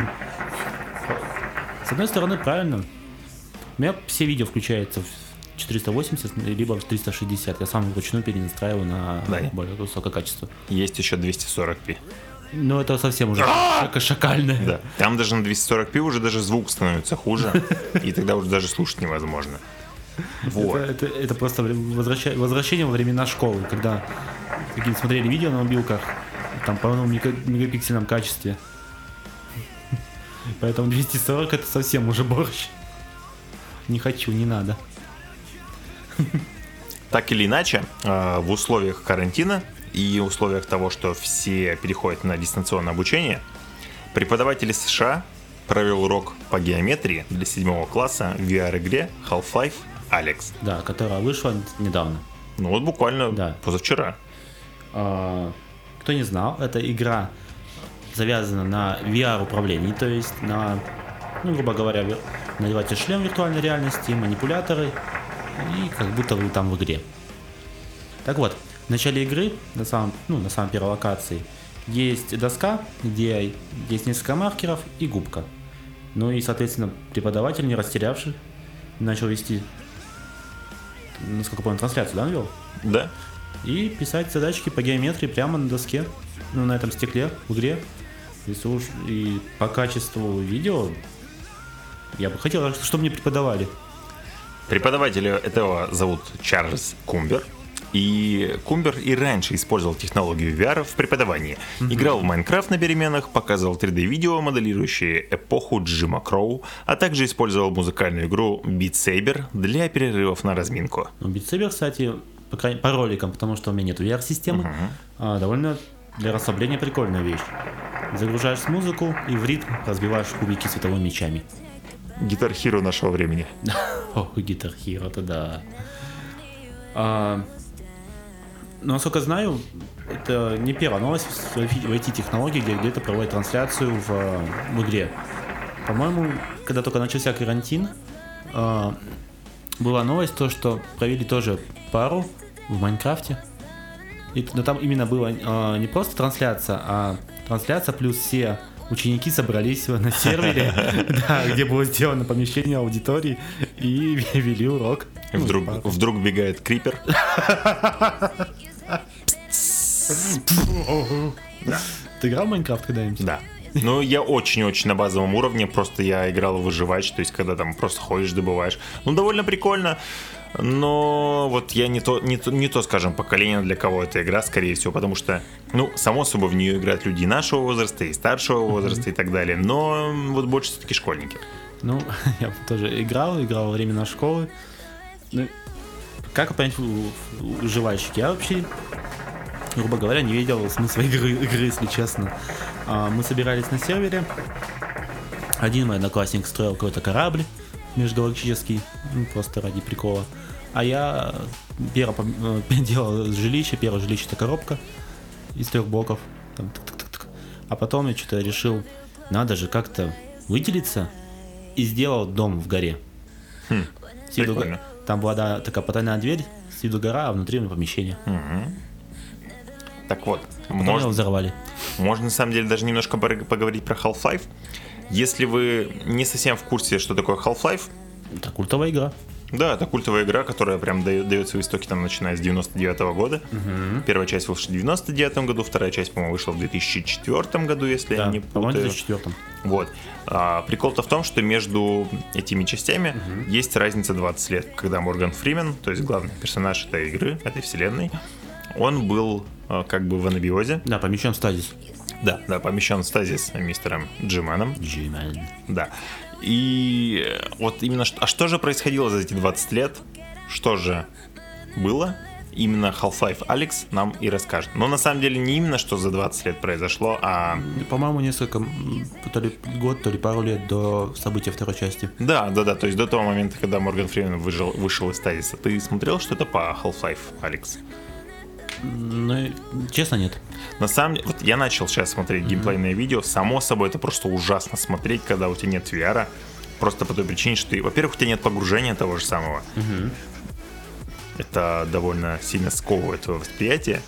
С одной стороны, правильно. У меня все видео включаются в четыреста восемьдесят, либо в триста шестьдесят. Я сам вручную перенастраиваю на да, более высокое качество. Есть еще двести сорок пи. Ну, это совсем уже шакальное. Да. Там даже на двести сорок пи уже даже звук становится хуже, и тогда уже даже слушать невозможно. Вот. Это, это, это просто возвращение, возвращение во времена школы, когда какие-то смотрели видео на мобилках, там по одному мегапиксельном качестве. Поэтому двести сорок это совсем уже борщ. Не хочу, не надо. Так или иначе, в условиях карантина и в условиях того, что все переходят на дистанционное обучение, преподаватель из США провел урок по геометрии для седьмого класса в ви ар-игре Half-Life Алекс. Да, которая вышла недавно. Ну вот буквально да. позавчера. А, кто не знал, эта игра завязана на ви ар-управлении, то есть на, ну, грубо говоря, надевайте шлем виртуальной реальности, манипуляторы, и как будто вы там в игре. Так вот, в начале игры, на самом, ну, на самой первой локации, есть доска, где есть несколько маркеров и губка. Ну и, соответственно, преподаватель, не растерявший, начал вести, насколько помню, трансляцию, да, он вел? Да. И писать задачки по геометрии прямо на доске, ну, на этом стекле, в игре. И, слуш... и по качеству видео я бы хотел, чтобы мне преподавали. Преподавателя этого зовут Чарльз Кумбер. И Кумбер и раньше использовал технологию ви ар в преподавании. Mm-hmm. Играл в Майнкрафт на переменах, показывал три дэ-видео, моделирующие эпоху Джима Кроу, а также использовал музыкальную игру Beat Saber для перерывов на разминку. Ну, Beat Saber, кстати, по, крайней... по роликам, потому что у меня нет ви ар-системы, mm-hmm. а, довольно для расслабления прикольная вещь. Загружаешь музыку и в ритм разбиваешь кубики световыми мечами. Guitar Hero нашего времени. О, Guitar Hero, это да. А... Ну, насколько знаю, это не первая новость в ай ти-технологии, где где-то проводят трансляцию в, в игре. По-моему, когда только начался карантин, э, была новость, то, что провели тоже пару в Майнкрафте. И, но там именно была э, не просто трансляция, а трансляция плюс все ученики собрались на сервере, где было сделано помещение аудитории и вели урок. И вдруг, вдруг бегает крипер. Ты играл в Майнкрафт когда-нибудь? Да. Ну, я очень-очень на базовом уровне, просто я играл в выживач, то есть когда там просто ходишь, добываешь. Ну, довольно прикольно, но вот я не то, не то, не то, скажем, поколение, для кого эта игра, скорее всего, потому что, ну, само собой, в нее играют люди нашего возраста и старшего возраста mm-hmm. и так далее, но вот больше все-таки школьники. Ну, я тоже играл, играл во время нашей школы. Ну, как понять выживальщик? Я вообще, грубо говоря, не видел смысла игры, игры, если честно. А, мы собирались на сервере. Один мой одноклассник строил какой-то корабль межгалактический, ну, просто ради прикола. А я первое делал жилище, первое жилище — это коробка из трех блоков. Там, тык-тык-тык. А потом я что-то решил, надо же как-то выделиться, и сделал дом в горе. Хм, прикольно. Там была, да, такая потайная дверь, с виду гора, а внутри помещение. Угу. Так вот, можно... его взорвали. Можно на самом деле даже немножко поговорить про Half-Life. Если вы не совсем в курсе, что такое Half-Life... Это культовая игра. Да, это культовая игра, которая прям дает, дает свои истоки там, начиная с девяносто девятого года. Угу. Первая часть вышла в девяносто девятом году, вторая часть, по-моему, вышла в две тысячи четвёртом году, если да, я не путаю. по-моему, в две тысячи четвёртом. Вот. А, прикол-то в том, что между этими частями угу. есть разница двадцать лет, когда Морган Фримен, то есть главный персонаж этой игры, этой вселенной, он был а, как бы в анабиозе. Да, помещен в стазис. Да, да, помещен в стазис мистером Джиманом. Джимен. Да. И вот именно, а что же происходило за эти двадцать лет? Что же было? Именно Half-Life Алекс нам и расскажет. Но на самом деле не именно, что за двадцать лет произошло, а... По-моему, несколько, то ли год, то ли пару лет до события второй части. Да, да, да, то есть до того момента, когда Морган Фримен вышел, вышел из стазиса. Ты смотрел что-то по Half-Life Алекс? Ну, честно, нет. На самом деле, вот я начал сейчас смотреть mm-hmm. геймплейное видео. Само собой, это просто ужасно смотреть, когда у тебя нет ви ар. Просто по той причине, что, ты, во-первых, у тебя нет погружения того же самого. Mm-hmm. Это довольно сильно сковывает твое восприятие.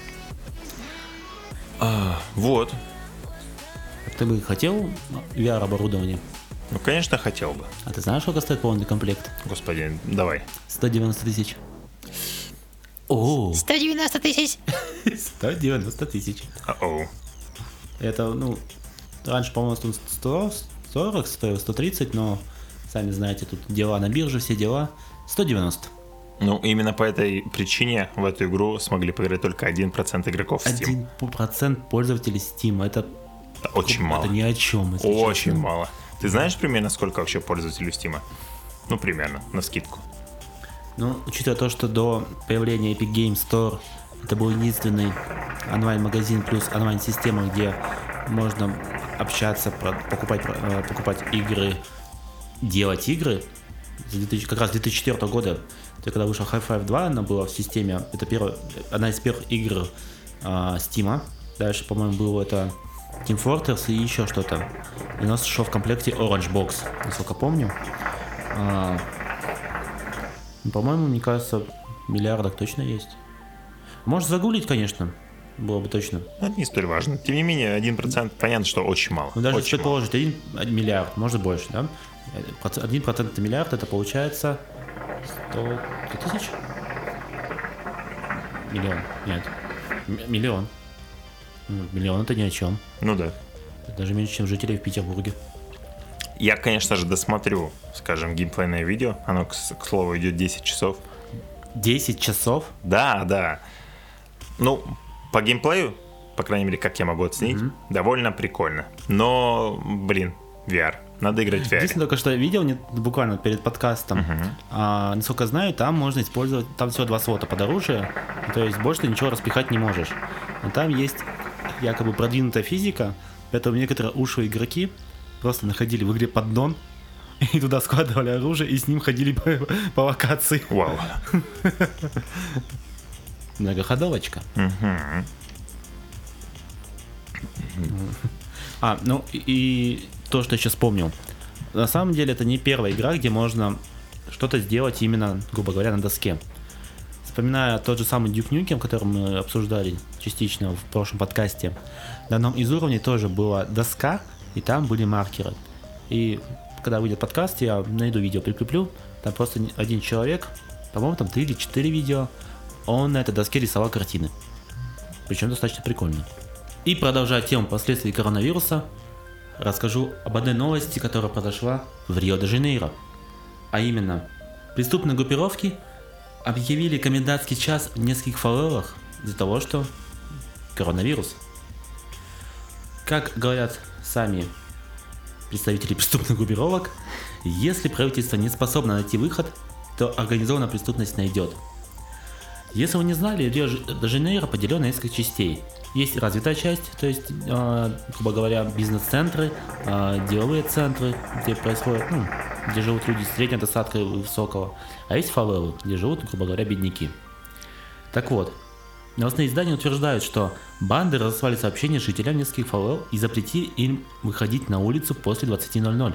А, вот. Ты бы хотел ви ар-оборудование? Ну, конечно, хотел бы. А ты знаешь, сколько стоит полный комплект? Господи, давай. сто девяносто тысяч. О, сто девяносто тысяч. сто девяносто тысяч. О-оу. Это, ну, раньше, по-моему, сто сорок стоило, сто тридцать, но, сами знаете, тут дела на бирже, все дела. сто девяносто. Ну, именно по этой причине в эту игру смогли поиграть только один процент игроков Steam. один процент пользователей Steam. Это, это очень мало. Это ни о чем. Очень честно. Мало. Ты знаешь примерно, сколько вообще пользователей Steam? Ну, примерно, на скидку. Ну, учитывая то, что до появления Epic Games Store это был единственный онлайн-магазин плюс онлайн-система, где можно общаться, покупать, покупать игры, делать игры. Как раз с две тысячи четвёртого года, когда вышел Half-Life два, она была в системе, это первая, одна из первых игр а, Steam. Дальше, по-моему, было это Team Fortress и еще что-то. И у нас шел в комплекте Orange Box, насколько помню. А, по-моему, мне кажется, миллиардок точно есть. Можешь загуглить, конечно. было бы точно. Это не столь важно. Тем не менее, один процент, понятно, что очень мало. Ну, даже очень если предположить один миллиард, может больше, да? один процент это миллиард, это получается сто тысяч? Миллион. Нет. М- миллион. Ну, миллион это ни о чем. Ну да. Это даже меньше, чем жителей в Петербурге. Я, конечно же, досмотрю, скажем, геймплейное видео. Оно, к, к слову, идет десять часов. десять часов? Да, да. Ну, по геймплею, по крайней мере, как я могу оценить, mm-hmm. довольно прикольно. Но, блин, ви ар. Надо играть в ви ар. Единственное, только что видел не, буквально перед подкастом. Uh-huh. А, насколько знаю, там можно использовать, там всего два слота под оружие, то есть больше ты ничего распихать не можешь. Но там есть якобы продвинутая физика, поэтому некоторые ушлые игроки просто находили в игре поддон и туда складывали оружие и с ним ходили по, по локации. Вау. Многоходовочка. Uh-huh. А, ну и, и то, что я сейчас вспомнил. На самом деле это не первая игра, где можно что-то сделать именно, грубо говоря, на доске. Вспоминая тот же самый Duke Nukem, который мы обсуждали частично в прошлом подкасте, на одном из уровней тоже была доска, и там были маркеры. И когда выйдет подкаст, я найду видео, прикреплю. Там просто один человек, по-моему, там три или четыре видео, он на этой доске рисовал картины. Причем достаточно прикольно. И продолжая тему последствий коронавируса, расскажу об одной новости, которая произошла в Рио-де-Жанейро. А именно, преступные группировки объявили комендантский час в нескольких фавелах из-за того, что коронавирус. Как говорят сами представители преступных группировок, если правительство не способно найти выход, то организованная преступность найдет. Если вы не знали, Рио-де-Жанейро поделен на несколько частей. Есть развитая часть, то есть, э, грубо говоря, бизнес-центры, э, деловые центры, где происходит, ну, где живут люди среднего достатка и высокого. А есть фавелы, где живут, грубо говоря, бедняки. Так вот, новостные издания утверждают, что банды разослали сообщения жителям нескольких фавел и запретили им выходить на улицу после двадцати ноль-ноль.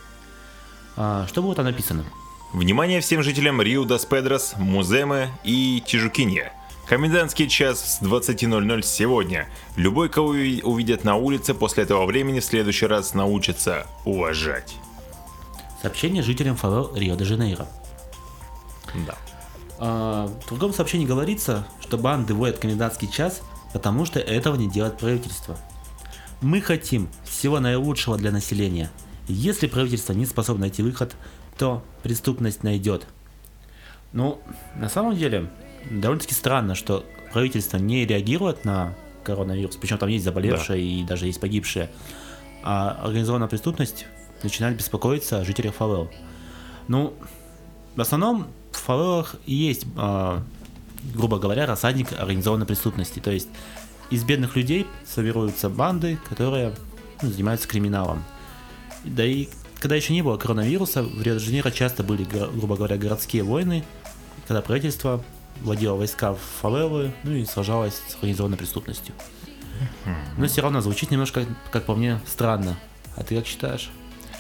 А, что было там написано? Внимание всем жителям Рио-дас-Педрос, Муземы и Тижукинья. Комендантский час с двадцати ноль-ноль сегодня. Любой, кого увидят на улице после этого времени, в следующий раз научится уважать. Сообщение жителям фавел Рио-де-Жанейро. Да. А, в другом сообщении говорится, что банды вводят комендантский час, потому что этого не делает правительство. Мы хотим всего наилучшего для населения. Если правительство не способно найти выход, то преступность найдет. Ну, на самом деле, довольно-таки странно, что правительство не реагирует на коронавирус, причем там есть заболевшие, да, и даже есть погибшие, а организованная преступность начинает беспокоиться о жителях фавел. Ну, в основном в фавелах и есть, а, грубо говоря, рассадник организованной преступности, то есть из бедных людей сформируются банды, которые, ну, занимаются криминалом. Да и когда еще не было коронавируса, в Рио-де-Жанейро часто были, грубо говоря, городские войны, когда правительство вводило войска в фавелы, ну и сражалось с организованной преступностью. Но все равно звучит немножко, как по мне, странно. А ты как считаешь?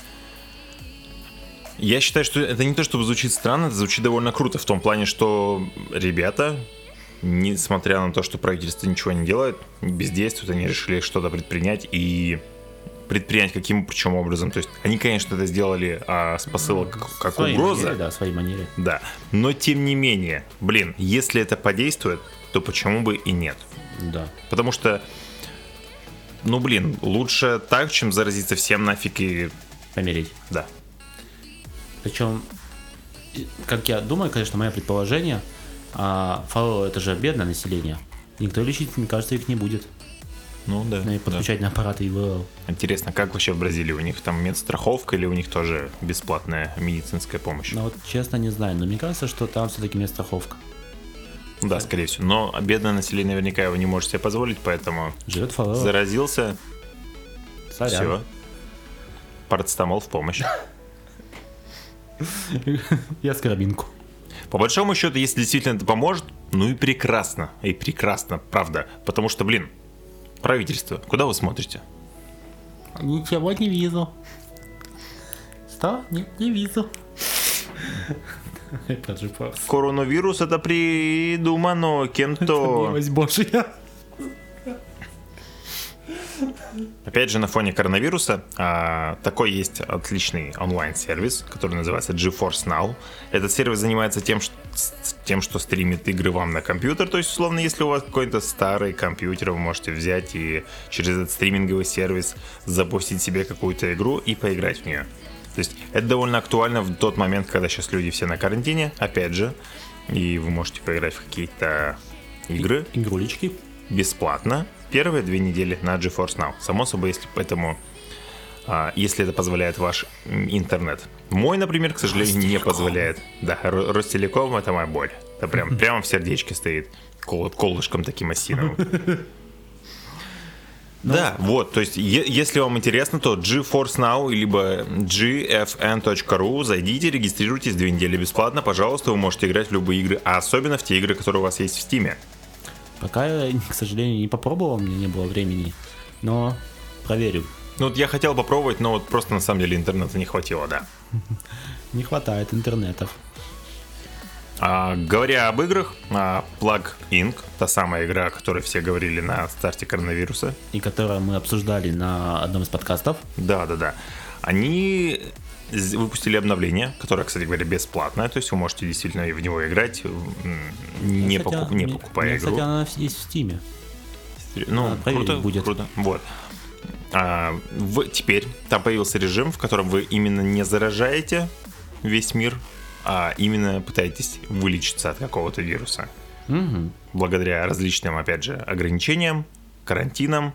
Я считаю, что это не то, чтобы звучит странно, это звучит довольно круто, в том плане, что ребята, несмотря на то, что правительство ничего не делает, бездействуют, они решили что-то предпринять и предпринять каким причем образом. То есть они, конечно, это сделали а, с посылок как, как своей угроза. Манере, да, своей манере. Да. Но тем не менее, блин, если это подействует, то почему бы и нет? Да. Потому что, ну блин, лучше так, чем заразиться всем нафиг и... Помереть. Да. Причем, как я думаю, конечно, мое предположение, а, фавелы это же бедное население. Никто лечить, мне кажется, их не будет. Ну да. Ну и подключать да. на аппараты и ИВЛ. Интересно, как вообще в Бразилии? У них там медстраховка или у них тоже бесплатная медицинская помощь? Ну вот честно не знаю, но мне кажется, что там все-таки медстраховка. Да, скорее всего. Но бедное население наверняка его не может себе позволить, поэтому живет фавела. Заразился. Сорян. Все. Парацетамол в помощь. Я с карабинку. По большому счету, если действительно это поможет, ну и прекрасно. И прекрасно, правда. Потому что, блин, правительство, куда вы смотрите? Ничего не вижу. Что? Не, не вижу. Это же просто. Коронавирус это придумано кем-то. Это милость Божья. Опять же, на фоне коронавируса а, такой есть отличный онлайн-сервис, который называется GeForce Now. Этот сервис занимается тем что, тем, что стримит игры вам на компьютер. То есть, условно, если у вас какой-то старый компьютер, вы можете взять и через этот стриминговый сервис запустить себе какую-то игру и поиграть в нее. То есть, это довольно актуально в тот момент, когда сейчас люди все на карантине, опять же, и вы можете поиграть в какие-то игры. Игрулечки. Бесплатно. Первые две недели на GeForce Now. Само собой, если поэтому, а, если это позволяет ваш интернет. Мой, например, к сожалению, Ростелеком. Не позволяет. Да, Ростелеком — это моя боль. Это прям, прямо в сердечке стоит. Кол, колышком таким осиновым. Да, вот, то есть, если вам интересно, то GeForce Now либо джи эф эн точка ру, зайдите, регистрируйтесь, две недели бесплатно, пожалуйста, вы можете играть в любые игры, а особенно в те игры, которые у вас есть в Steam. Пока я, к сожалению, не попробовал, мне не было времени, но проверю. Ну вот я хотел попробовать, но вот просто на самом деле интернета не хватило, да. Не хватает интернетов. А, говоря об играх, а, Plague инк, та самая игра, о которой все говорили на старте коронавируса. И которую мы обсуждали на одном из подкастов. Да-да-да. Они выпустили обновление, которое, кстати говоря, бесплатное, то есть вы можете действительно в него играть, не, кстати, покуп, не мне, покупая мне, игру. Кстати, она есть в Steam. Ну, круто, будет. круто. Вот. А, в, теперь там появился режим, в котором вы именно не заражаете весь мир, а именно пытаетесь вылечиться от какого-то вируса. Угу. Благодаря различным, опять же, ограничениям, карантинам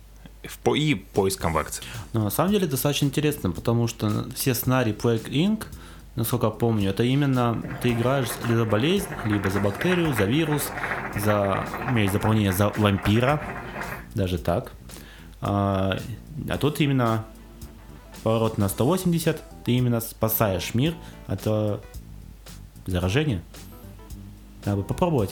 и поискам вакцин. Но на самом деле достаточно интересно, потому что все сценарии Plague инк, насколько я помню, это именно ты играешь либо за болезнь, либо за бактерию, за вирус, за, у меня есть дополнение за вампира, даже так. А, а тут именно поворот на сто восемьдесят, ты именно спасаешь мир от э, заражения. Надо бы попробовать.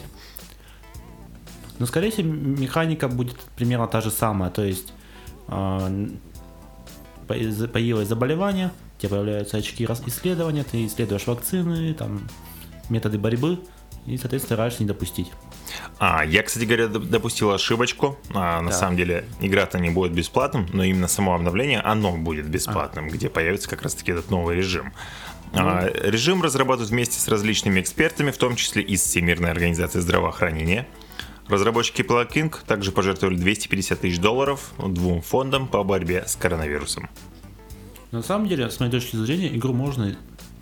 Но, скорее всего, механика будет примерно та же самая. То есть э, появилось заболевание, у тебя появляются очки исследования, ты исследуешь вакцины, там, методы борьбы и, соответственно, стараешься не допустить. А, я, кстати говоря, допустил ошибочку. А, на да. самом деле, игра-то не будет бесплатным, но именно само обновление, оно будет бесплатным, а. где появится как раз-таки этот новый режим. Ну. А, режим разрабатывают вместе с различными экспертами, в том числе и с Всемирной организацией здравоохранения. Разработчики Plague инк также пожертвовали двести пятьдесят тысяч долларов двум фондам по борьбе с коронавирусом. На самом деле, с моей точки зрения, игру можно...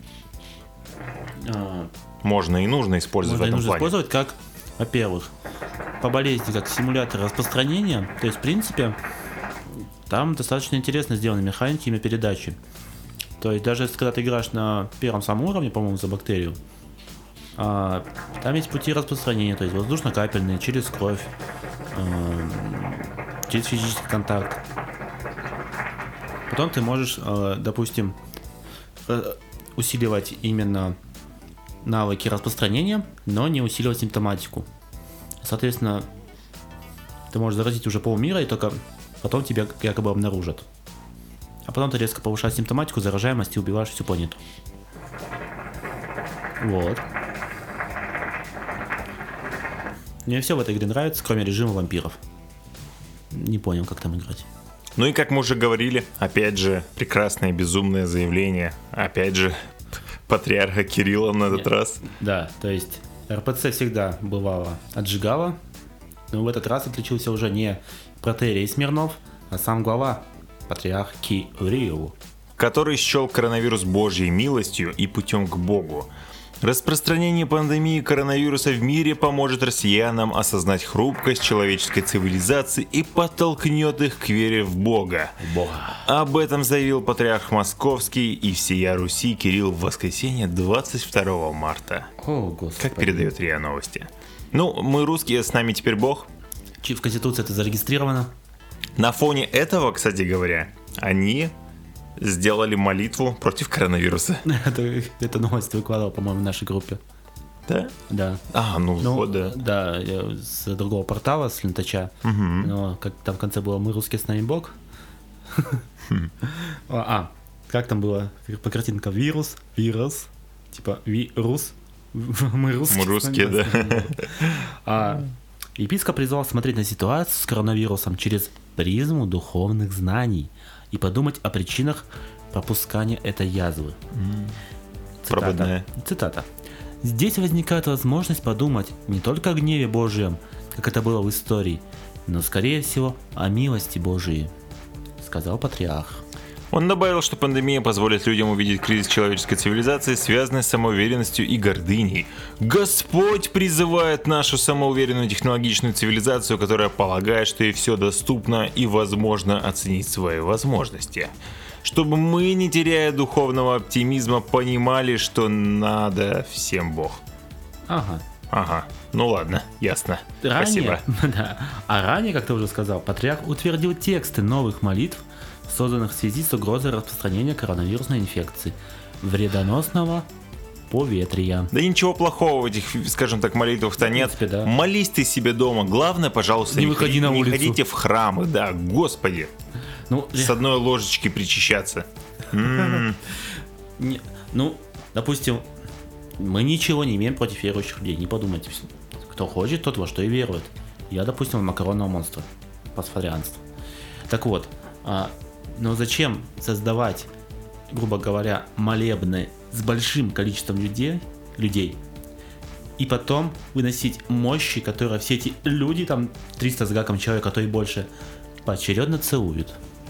А, можно и нужно использовать можно в этом и нужно плане. использовать как, во-первых, по болезни, как симулятор распространения. То есть, в принципе, там достаточно интересно сделаны механики именно передачи. То есть, даже если когда ты играешь на первом самом уровне, по-моему, за бактерию, а, там есть пути распространения, то есть воздушно-капельные, через кровь, а, через физический контакт. Потом ты можешь, а, допустим, усиливать именно навыки распространения, но не усиливать симптоматику. Соответственно, ты можешь заразить уже полмира, и только потом тебя якобы обнаружат. А потом ты резко повышаешь симптоматику, заражаемость и убиваешь всю планету. Вот. Мне все в этой игре нравится, кроме режима вампиров. Не понял, как там играть. Ну и как мы уже говорили, опять же, прекрасное безумное заявление, опять же, патриарха Кирилла на этот Нет. раз. Да, то есть эр пэ цэ всегда бывало отжигало, но в этот раз отличился уже не протоиерей Смирнов, а сам глава, патриарх Кирилл, который счел коронавирус Божьей милостью и путем к Богу. Распространение пандемии коронавируса в мире поможет россиянам осознать хрупкость человеческой цивилизации и подтолкнет их к вере в Бога. Бога. Об этом заявил патриарх Московский и всея Руси Кирилл в воскресенье двадцать второго марта. О, Господи. Как передает РИА Новости. Ну, мы русские, с нами теперь Бог. В Конституции это зарегистрировано. На фоне этого, кстати говоря, они... сделали молитву против коронавируса. это, это новость выкладывал, по-моему, в нашей группе. Да? Да. А, ну, ну вот, да. Да, я с другого портала, с Лентача. Угу. Но как там в конце было «Мы русские, с нами Бог». А, как там было по картинкам? Вирус, вирус, типа вирус. Мы русские. Мы русские, да. А епископ призвал смотреть на ситуацию с коронавирусом через призму духовных знаний и подумать о причинах пропускания этой язвы. Mm. Цитата. Прободная. Цитата. «Здесь возникает возможность подумать не только о гневе Божьем, как это было в истории, но, скорее всего, о милости Божией», сказал патриарх. Он добавил, что пандемия позволит людям увидеть кризис человеческой цивилизации, связанный с самоуверенностью и гордыней. Господь призывает нашу самоуверенную технологичную цивилизацию, которая полагает, что ей все доступно и возможно оценить свои возможности. Чтобы мы, не теряя духовного оптимизма, понимали, что надо всем Бог. Ага. Ага, ну ладно, ясно. Ранее, Спасибо. да, а ранее, как ты уже сказал, патриарх утвердил тексты новых молитв, созданных в связи с угрозой распространения коронавирусной инфекции, вредоносного поветрия. Да ничего плохого в этих, скажем так, молитвах-то нет. В принципе, да. Молись ты себе дома. Главное, пожалуйста, Не не, выходи ходи- на не улицу. ходите в храмы, да, господи. Ну, С одной ложечки причащаться. М. не- ну, допустим, мы ничего не имеем против верующих людей, не подумайте. Кто хочет, тот во что и верует. Я, допустим, в макаронного монстра, пасфарианство. Так вот, а, но зачем создавать, грубо говоря, молебны с большим количеством людей, людей и потом выносить мощи, которые все эти люди, там триста с гаком человек, а то и больше, поочередно целуют.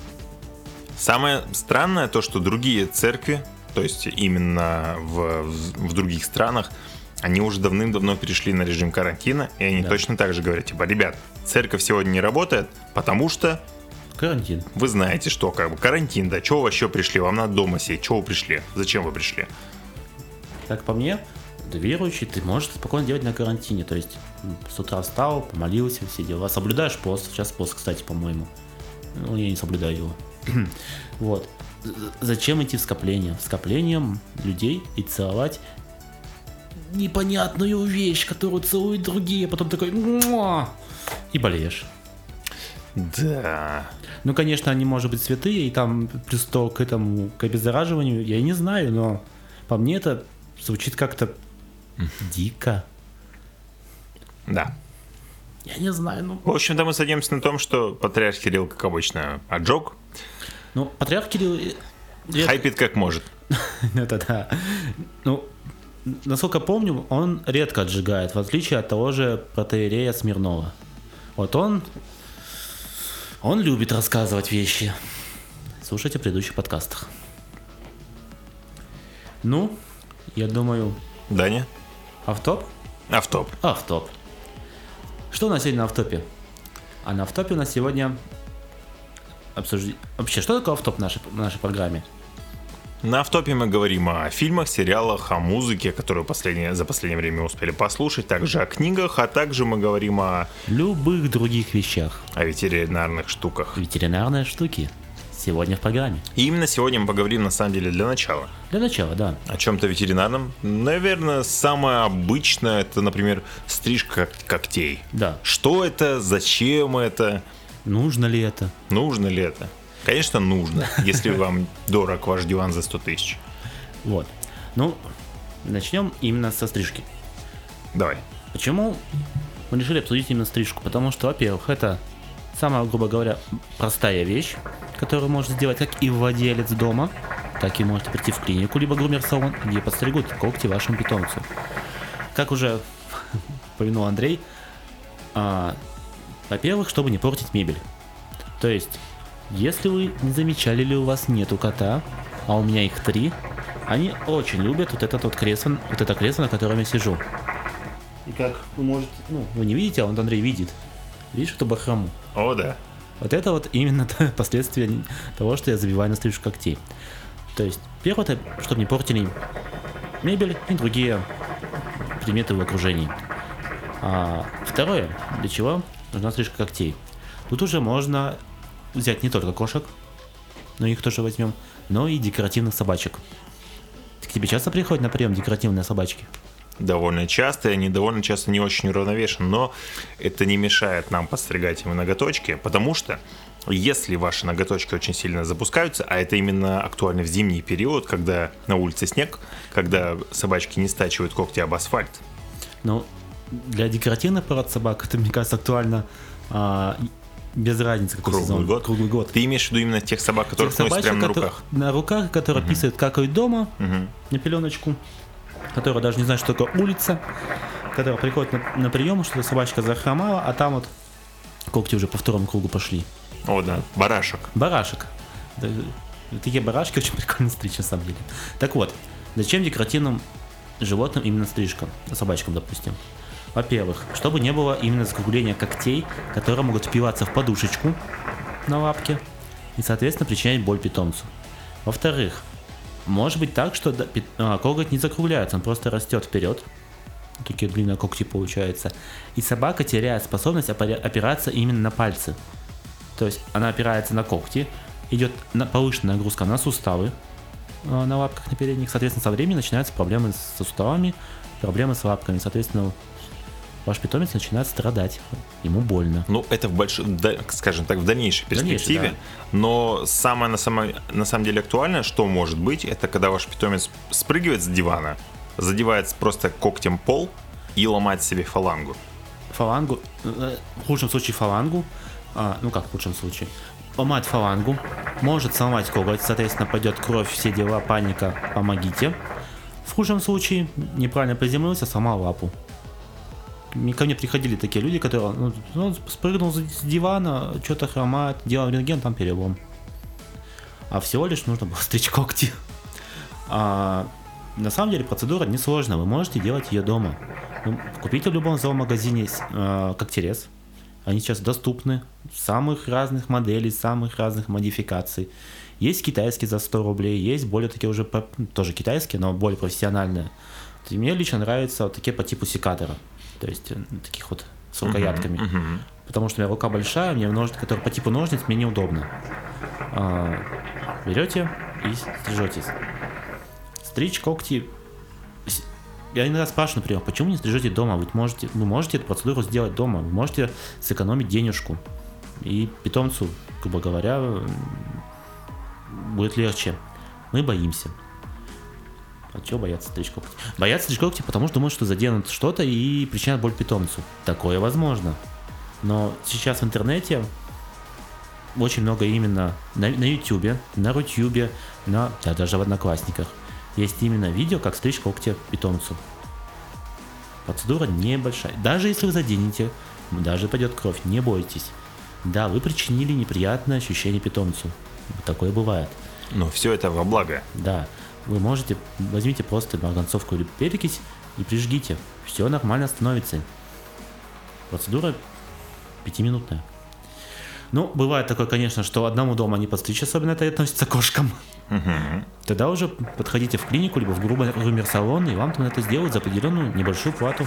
Самое странное то, что другие церкви, то есть именно в, в других странах, они уже давным-давно перешли на режим карантина, и они Да. точно так же говорят, типа, ребят, церковь сегодня не работает, потому что Карантин. вы знаете, что как бы карантин, да, чего вы вообще пришли, вам надо дома сидеть, чего вы пришли, зачем вы пришли? Так по мне, ты верующий, ты можешь спокойно делать на карантине. То есть м, с утра встал, помолился, все дела. Соблюдаешь пост. Сейчас пост, кстати, по-моему. Ну, я не соблюдаю его. Вот. З- Зачем идти в скопление? В скопление людей и целовать непонятную вещь, которую целуют другие, а потом такой «Муа!» и болеешь. Да. Ну, конечно, они, может быть, святые, и там плюс то к этому, к обеззараживанию, я не знаю, но по мне это звучит как-то дико. Да. Я не знаю, ну... В общем-то, мы садимся на том, что патриарх Кирилл, как обычно, отжег, Ну, патриарх Кирилл... э, редко- хайпит как может. Это да. Ну, насколько помню, он редко отжигает, в отличие от того же протоиерея Смирнова. Вот он... Он любит рассказывать вещи. Слушайте в предыдущих подкастах. Ну, я думаю, Даня? автоп? Автоп. Автоп. Что у нас сегодня на автопе? А на автопе у нас сегодня обсуждение... Вообще, что такое автоп в нашей, в нашей программе? На автопе мы говорим о фильмах, сериалах, о музыке, которую последнее, за последнее время успели послушать, также о книгах, а также мы говорим о, Любых других вещах. о ветеринарных штуках. Ветеринарные штуки. Сегодня в программе. И именно сегодня мы поговорим, на самом деле, для начала. Для начала, да. О чем-то ветеринарном. Наверное, самое обычное, это, например, стрижка когтей. Да. Что это, зачем это, Нужно ли это? нужно ли это? Конечно, нужно, если вам дорог ваш диван за сто тысяч. Вот. Ну, начнем именно со стрижки. Давай. Почему мы решили обсудить именно стрижку? Потому что, во-первых, это самая, грубо говоря, простая вещь, которую можно сделать как и владелец дома, так и можете прийти в клинику, либо грумер-салон, где подстригут когти вашему питомцу. Как уже упомянул Андрей, а, во-первых, чтобы не портить мебель. То есть, если вы не замечали, ли у вас нету кота, а у меня их три, они очень любят вот это вот кресло, вот это кресло, на котором я сижу. И как вы можете, ну, вы не видите, а вот Андрей видит. Видишь эту бахрому? О, да. Вот это вот именно последствия того, что я забиваю на стрижку когтей. То есть, первое, это чтобы не портили мебель и другие предметы в окружении. А второе, для чего нужна стрижка когтей. Тут уже можно взять не только кошек, но их тоже возьмем, но и декоративных собачек. К тебе часто приходят на прием декоративные собачки? Довольно часто, и они довольно часто не очень уравновешены, но это не мешает нам подстригать им ноготочки, потому что если ваши ноготочки очень сильно запускаются, а это именно актуально в зимний период, когда на улице снег, когда собачки не стачивают когти об асфальт. Ну, для декоративных пород собак это, мне кажется, актуально а, без разницы, какой Круглый сезон. год? Круглый год. Ты имеешь в виду именно тех собак, которых Тех носят собачек, прямо на которые- руках? На руках, которые Мгм. писают, какают дома, Мгм. на пеленочку, которая даже не знает, что такое улица, которая приходит на, на прием, что собачка захромала, а там вот когти уже по второму кругу пошли. О, да, барашек. Барашек. Да, такие барашки очень прикольно стричь, на самом деле. Так вот, зачем декоративным животным именно стрижка? Собачкам, допустим. Во-первых, чтобы не было именно закругления когтей, которые могут впиваться в подушечку на лапке и, соответственно, причинять боль питомцу. Во-вторых, может быть так, что да, пи- а, коготь не закругляется, он просто растет вперед. Такие длинные когти получаются. И собака теряет способность опора- опираться именно на пальцы. То есть она опирается на когти, идет на повышенная нагрузка на суставы а, на лапках на передних. Соответственно, со временем начинаются проблемы с суставами, проблемы с лапками. Соответственно, ваш питомец начинает страдать, ему больно. Ну, это в большом, да, скажем так, в дальнейшей перспективе. Дальнейшей, Но самое на, самое на самом деле актуальное, что может быть, это когда ваш питомец спрыгивает с дивана, задевает просто когтем пол и ломает себе фалангу. Фалангу, э, в худшем случае фалангу, а, ну как в худшем случае, ломать фалангу, может сломать коготь, соответственно, пойдет кровь, все дела, паника, помогите. В худшем случае неправильно приземлился, сломал лапу. И ко мне приходили такие люди, которые ну, ну, спрыгнул с с дивана, что-то хромает, делал рентген, там перелом. А всего лишь нужно было стричь когти. А, на самом деле процедура несложная, вы можете делать ее дома. Ну, купите в любом зоомагазине э, когтерез. Они сейчас доступны, самых разных моделей, самых разных модификаций. Есть китайские за сто рублей, есть более такие уже, по- тоже китайские, но более профессиональные. И мне лично нравятся вот такие по типу секатора. То есть э, таких вот с рукоятками. Мгм, мгм. Потому что у меня рука большая, мне ножницы, которые по типу ножниц, мне неудобно. А, берете и стрижетесь. Стричь когти. С- Я иногда спрашиваю, например, почему не стрижете дома? Вы можете, вы можете эту процедуру сделать дома, вы можете сэкономить денежку. И питомцу, грубо говоря, м, будет легче. Мы боимся. А чего бояться стричь когти? Боятся стричь когти, потому что думают, что заденут что-то и причинят боль питомцу. Такое возможно. Но сейчас в интернете очень много именно на, на Ютубе, на Рутюбе, на, да, даже в Одноклассниках есть именно видео, как стричь когти питомцу. Процедура небольшая. Даже если вы заденете, даже пойдет кровь, не бойтесь. Да, вы причинили неприятное ощущение питомцу. Такое бывает. Но все это во благо. Да, вы можете, возьмите просто марганцовку или перекись и прижгите. Все нормально становится. Процедура пятиминутная. Ну, бывает такое, конечно, что одному дома не подстричь, особенно это относится к кошкам. Мгм. Тогда уже подходите в клинику, либо в грумер-салон, и вам там это сделают за определенную небольшую плату.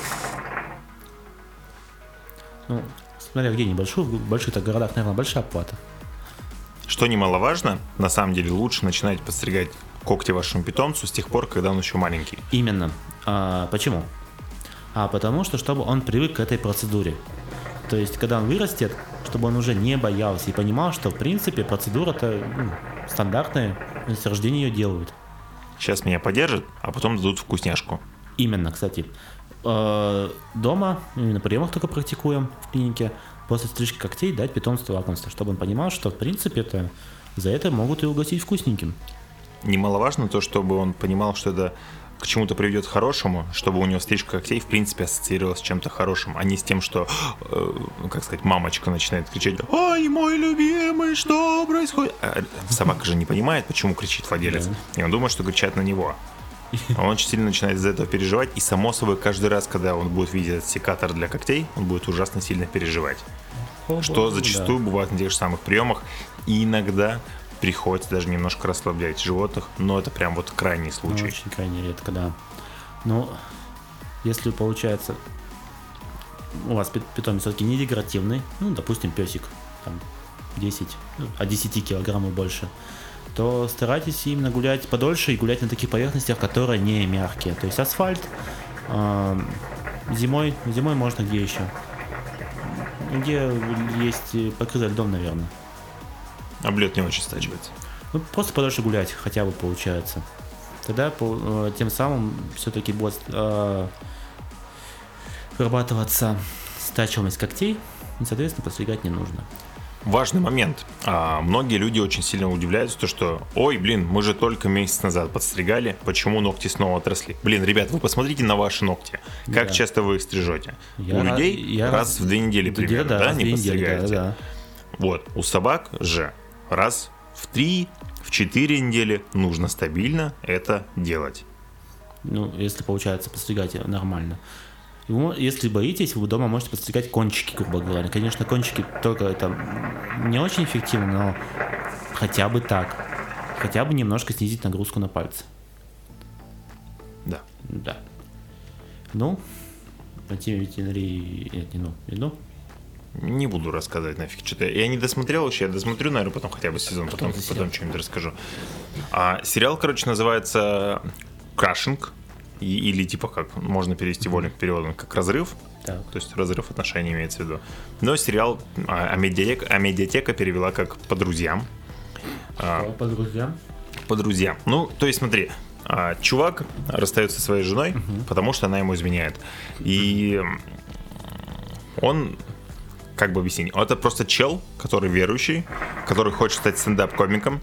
Ну, смотря где небольшую, в больших-то городах, наверное, большая плата. Что немаловажно, на самом деле лучше начинать подстригать когти вашему питомцу с тех пор, когда он еще маленький. Именно. А, почему? А потому что, чтобы он привык к этой процедуре. То есть, когда он вырастет, чтобы он уже не боялся и понимал, что, в принципе, процедура-то ну, стандартная, с рождения ее делают. Сейчас меня поддержат, а потом дадут вкусняшку. Именно, кстати. Э, Дома, ну, на приемах только практикуем в клинике, после стрижки когтей дать питомцу лакомство, чтобы он понимал, что, в принципе, это за это могут и угостить вкусненьким. Немаловажно то, чтобы он понимал, что это к чему-то приведет хорошему, чтобы у него стрижка когтей, в принципе, ассоциировалась с чем-то хорошим, а не с тем, что, э, ну, как сказать, мамочка начинает кричать: «Ай, мой любимый, что происходит?» А собака же не понимает, почему кричит владелец, Да. и он думает, что кричат на него. А он очень сильно начинает из-за этого переживать, и, само собой, каждый раз, когда он будет видеть этот секатор для когтей, он будет ужасно сильно переживать. Что зачастую бывает на тех же самых приемах, и иногда приходится даже немножко расслаблять животных, но это прям вот крайний Ну, случай. очень крайне редко, да. Ну, если получается, у вас пи- питомец все-таки не декоративный, ну, допустим, песик, там, десять, ну, от десяти килограмм и больше, то старайтесь именно гулять подольше и гулять на таких поверхностях, которые не мягкие. То есть асфальт, а, зимой, зимой можно где еще? Где есть покрытое льдом, наверное. Облет не очень стачивается. Ну, просто подольше гулять хотя бы получается. Тогда по- э, тем самым все-таки будет э, вырабатываться стачиваемость когтей, и, соответственно, подстригать не нужно. важный момент. А, многие люди очень сильно удивляются, то, что ой, блин, мы же только месяц назад подстригали, почему ногти снова отросли? Блин, ребят, вы посмотрите на ваши ногти. Как Да. часто вы их стрижете? Я у раз- людей я раз раз- в две недели Да, примерно, да, да, раз в не две недели, подстригаете? да, да. Вот, у собак же раз в три, в четыре недели нужно стабильно это делать. Ну, если получается подстригать нормально. Ему- Если боитесь, вы дома можете подстригать кончики, грубо говоря. Конечно, кончики только это не очень эффективно, но хотя бы так. Хотя бы немножко снизить нагрузку на пальцы. Да. Да. Ну, Тим ветеринарии... Нет, не ну, не ну. Не буду рассказывать нафиг что-то. Я не досмотрел еще, я досмотрю, наверное, потом хотя бы сезон, потом, Потом потом что-нибудь расскажу. А, сериал, короче, называется «Крашинг», и- или типа как, можно перевести вольным переводом, как «Разрыв», Так. то есть разрыв отношений имеется в виду. Но сериал а, Амедиатека, Амедиатека перевела как «По друзьям». А, По друзьям. по друзьям. Ну, то есть смотри, а, чувак расстается со своей женой, потому что она ему изменяет. И он, как бы объяснить, это просто чел, который верующий, который хочет стать стендап-комиком.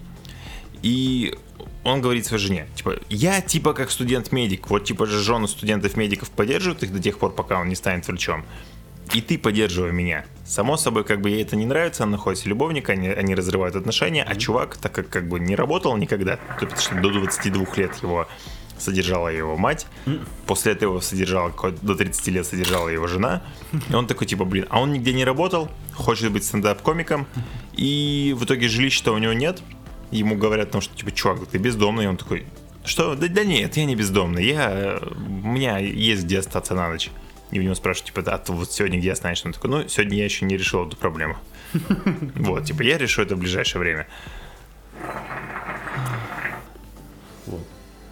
И он говорит своей жене, типа, я типа как студент-медик, вот типа же жены студентов-медиков поддерживают их до тех пор, пока он не станет врачом. И ты поддерживай меня. Само собой, как бы ей это не нравится, она находится любовника, они, они разрывают отношения, а чувак, так как как бы не работал никогда, потому что до двадцати двух лет его содержала его мать, после этого его содержала, до тридцати лет содержала его жена, и он такой, типа, блин, а он нигде не работал, хочет быть стендап-комиком, и в итоге жилища-то у него нет, ему говорят, ну, что, типа, чувак, ты бездомный, и он такой, что, да, да нет, я не бездомный, я, у меня есть где остаться на ночь. И у него спрашивают, типа, а ты вот сегодня где останешься? Он такой, ну, сегодня я еще не решил эту проблему. Вот, типа, я решу это в ближайшее время. Вот.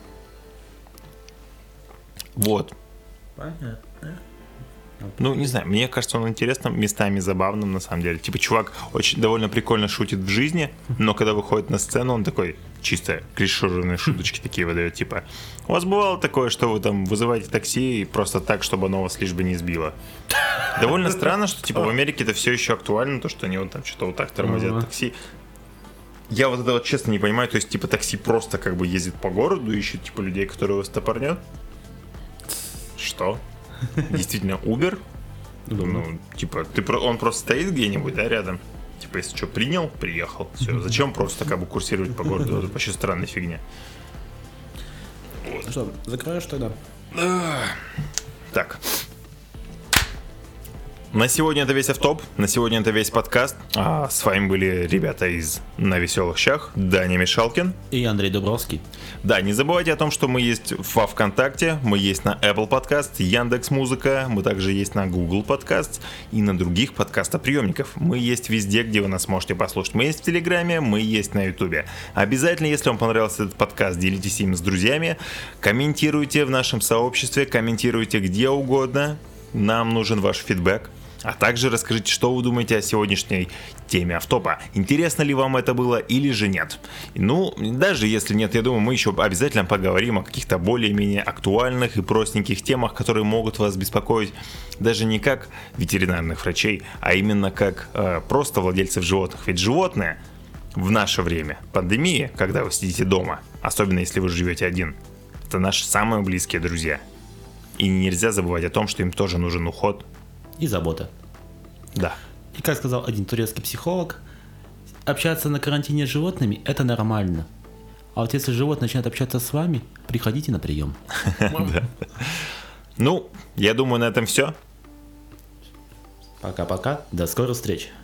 Вот. Понятно. Ну, не знаю, мне кажется, он интересным, местами забавным, на самом деле. Типа, чувак очень довольно прикольно шутит в жизни, но когда выходит на сцену, он такой чисто клишированные шуточки такие выдает, типа, у вас бывало такое, что вы там вызываете такси и просто так, чтобы оно вас лишь бы не сбило? Довольно странно, что, типа, в Америке это все еще актуально, то, что они вот там что-то вот так тормозят такси. Я вот это вот честно не понимаю, то есть, типа, такси просто как бы ездит по городу, ищет, типа, людей, которые вас топорнет? Что? Действительно, Uber? Ну, типа, ты, про- он просто стоит где-нибудь, да, рядом? Типа, если что, принял, приехал. Все. Зачем просто как бы курсировать по городу? Это вообще странная фигня. Ну что, закроешь тогда? Так. На сегодня это весь автоп, на сегодня это весь подкаст. А с вами были ребята из «На веселых щах», Даня Мишалкин. И Андрей Дубровский. Да, не забывайте о том, что мы есть во ВКонтакте, мы есть на Apple Podcast, Яндекс.Музыка, мы также есть на Google Podcast и на других подкастоприемников. Мы есть везде, где вы нас можете послушать. Мы есть в Телеграме, мы есть на Ютубе. Обязательно, если вам понравился этот подкаст, делитесь им с друзьями, комментируйте в нашем сообществе, комментируйте где угодно. Нам нужен ваш фидбэк. А также расскажите, что вы думаете о сегодняшней теме автопа. Интересно ли вам это было или же нет? Ну, даже если нет, я думаю, мы еще обязательно поговорим о каких-то более-менее актуальных и простеньких темах, которые могут вас беспокоить даже не как ветеринарных врачей, а именно как э, просто владельцев животных. Ведь животные в наше время пандемии, когда вы сидите дома, особенно если вы живете один, это наши самые близкие друзья. И нельзя забывать о том, что им тоже нужен уход. И забота. Да. И как сказал один турецкий психолог, общаться на карантине с животными – это нормально. А вот если животное начинает общаться с вами, приходите на прием. Ну, я думаю, на этом все. Пока-пока. До скорых встреч.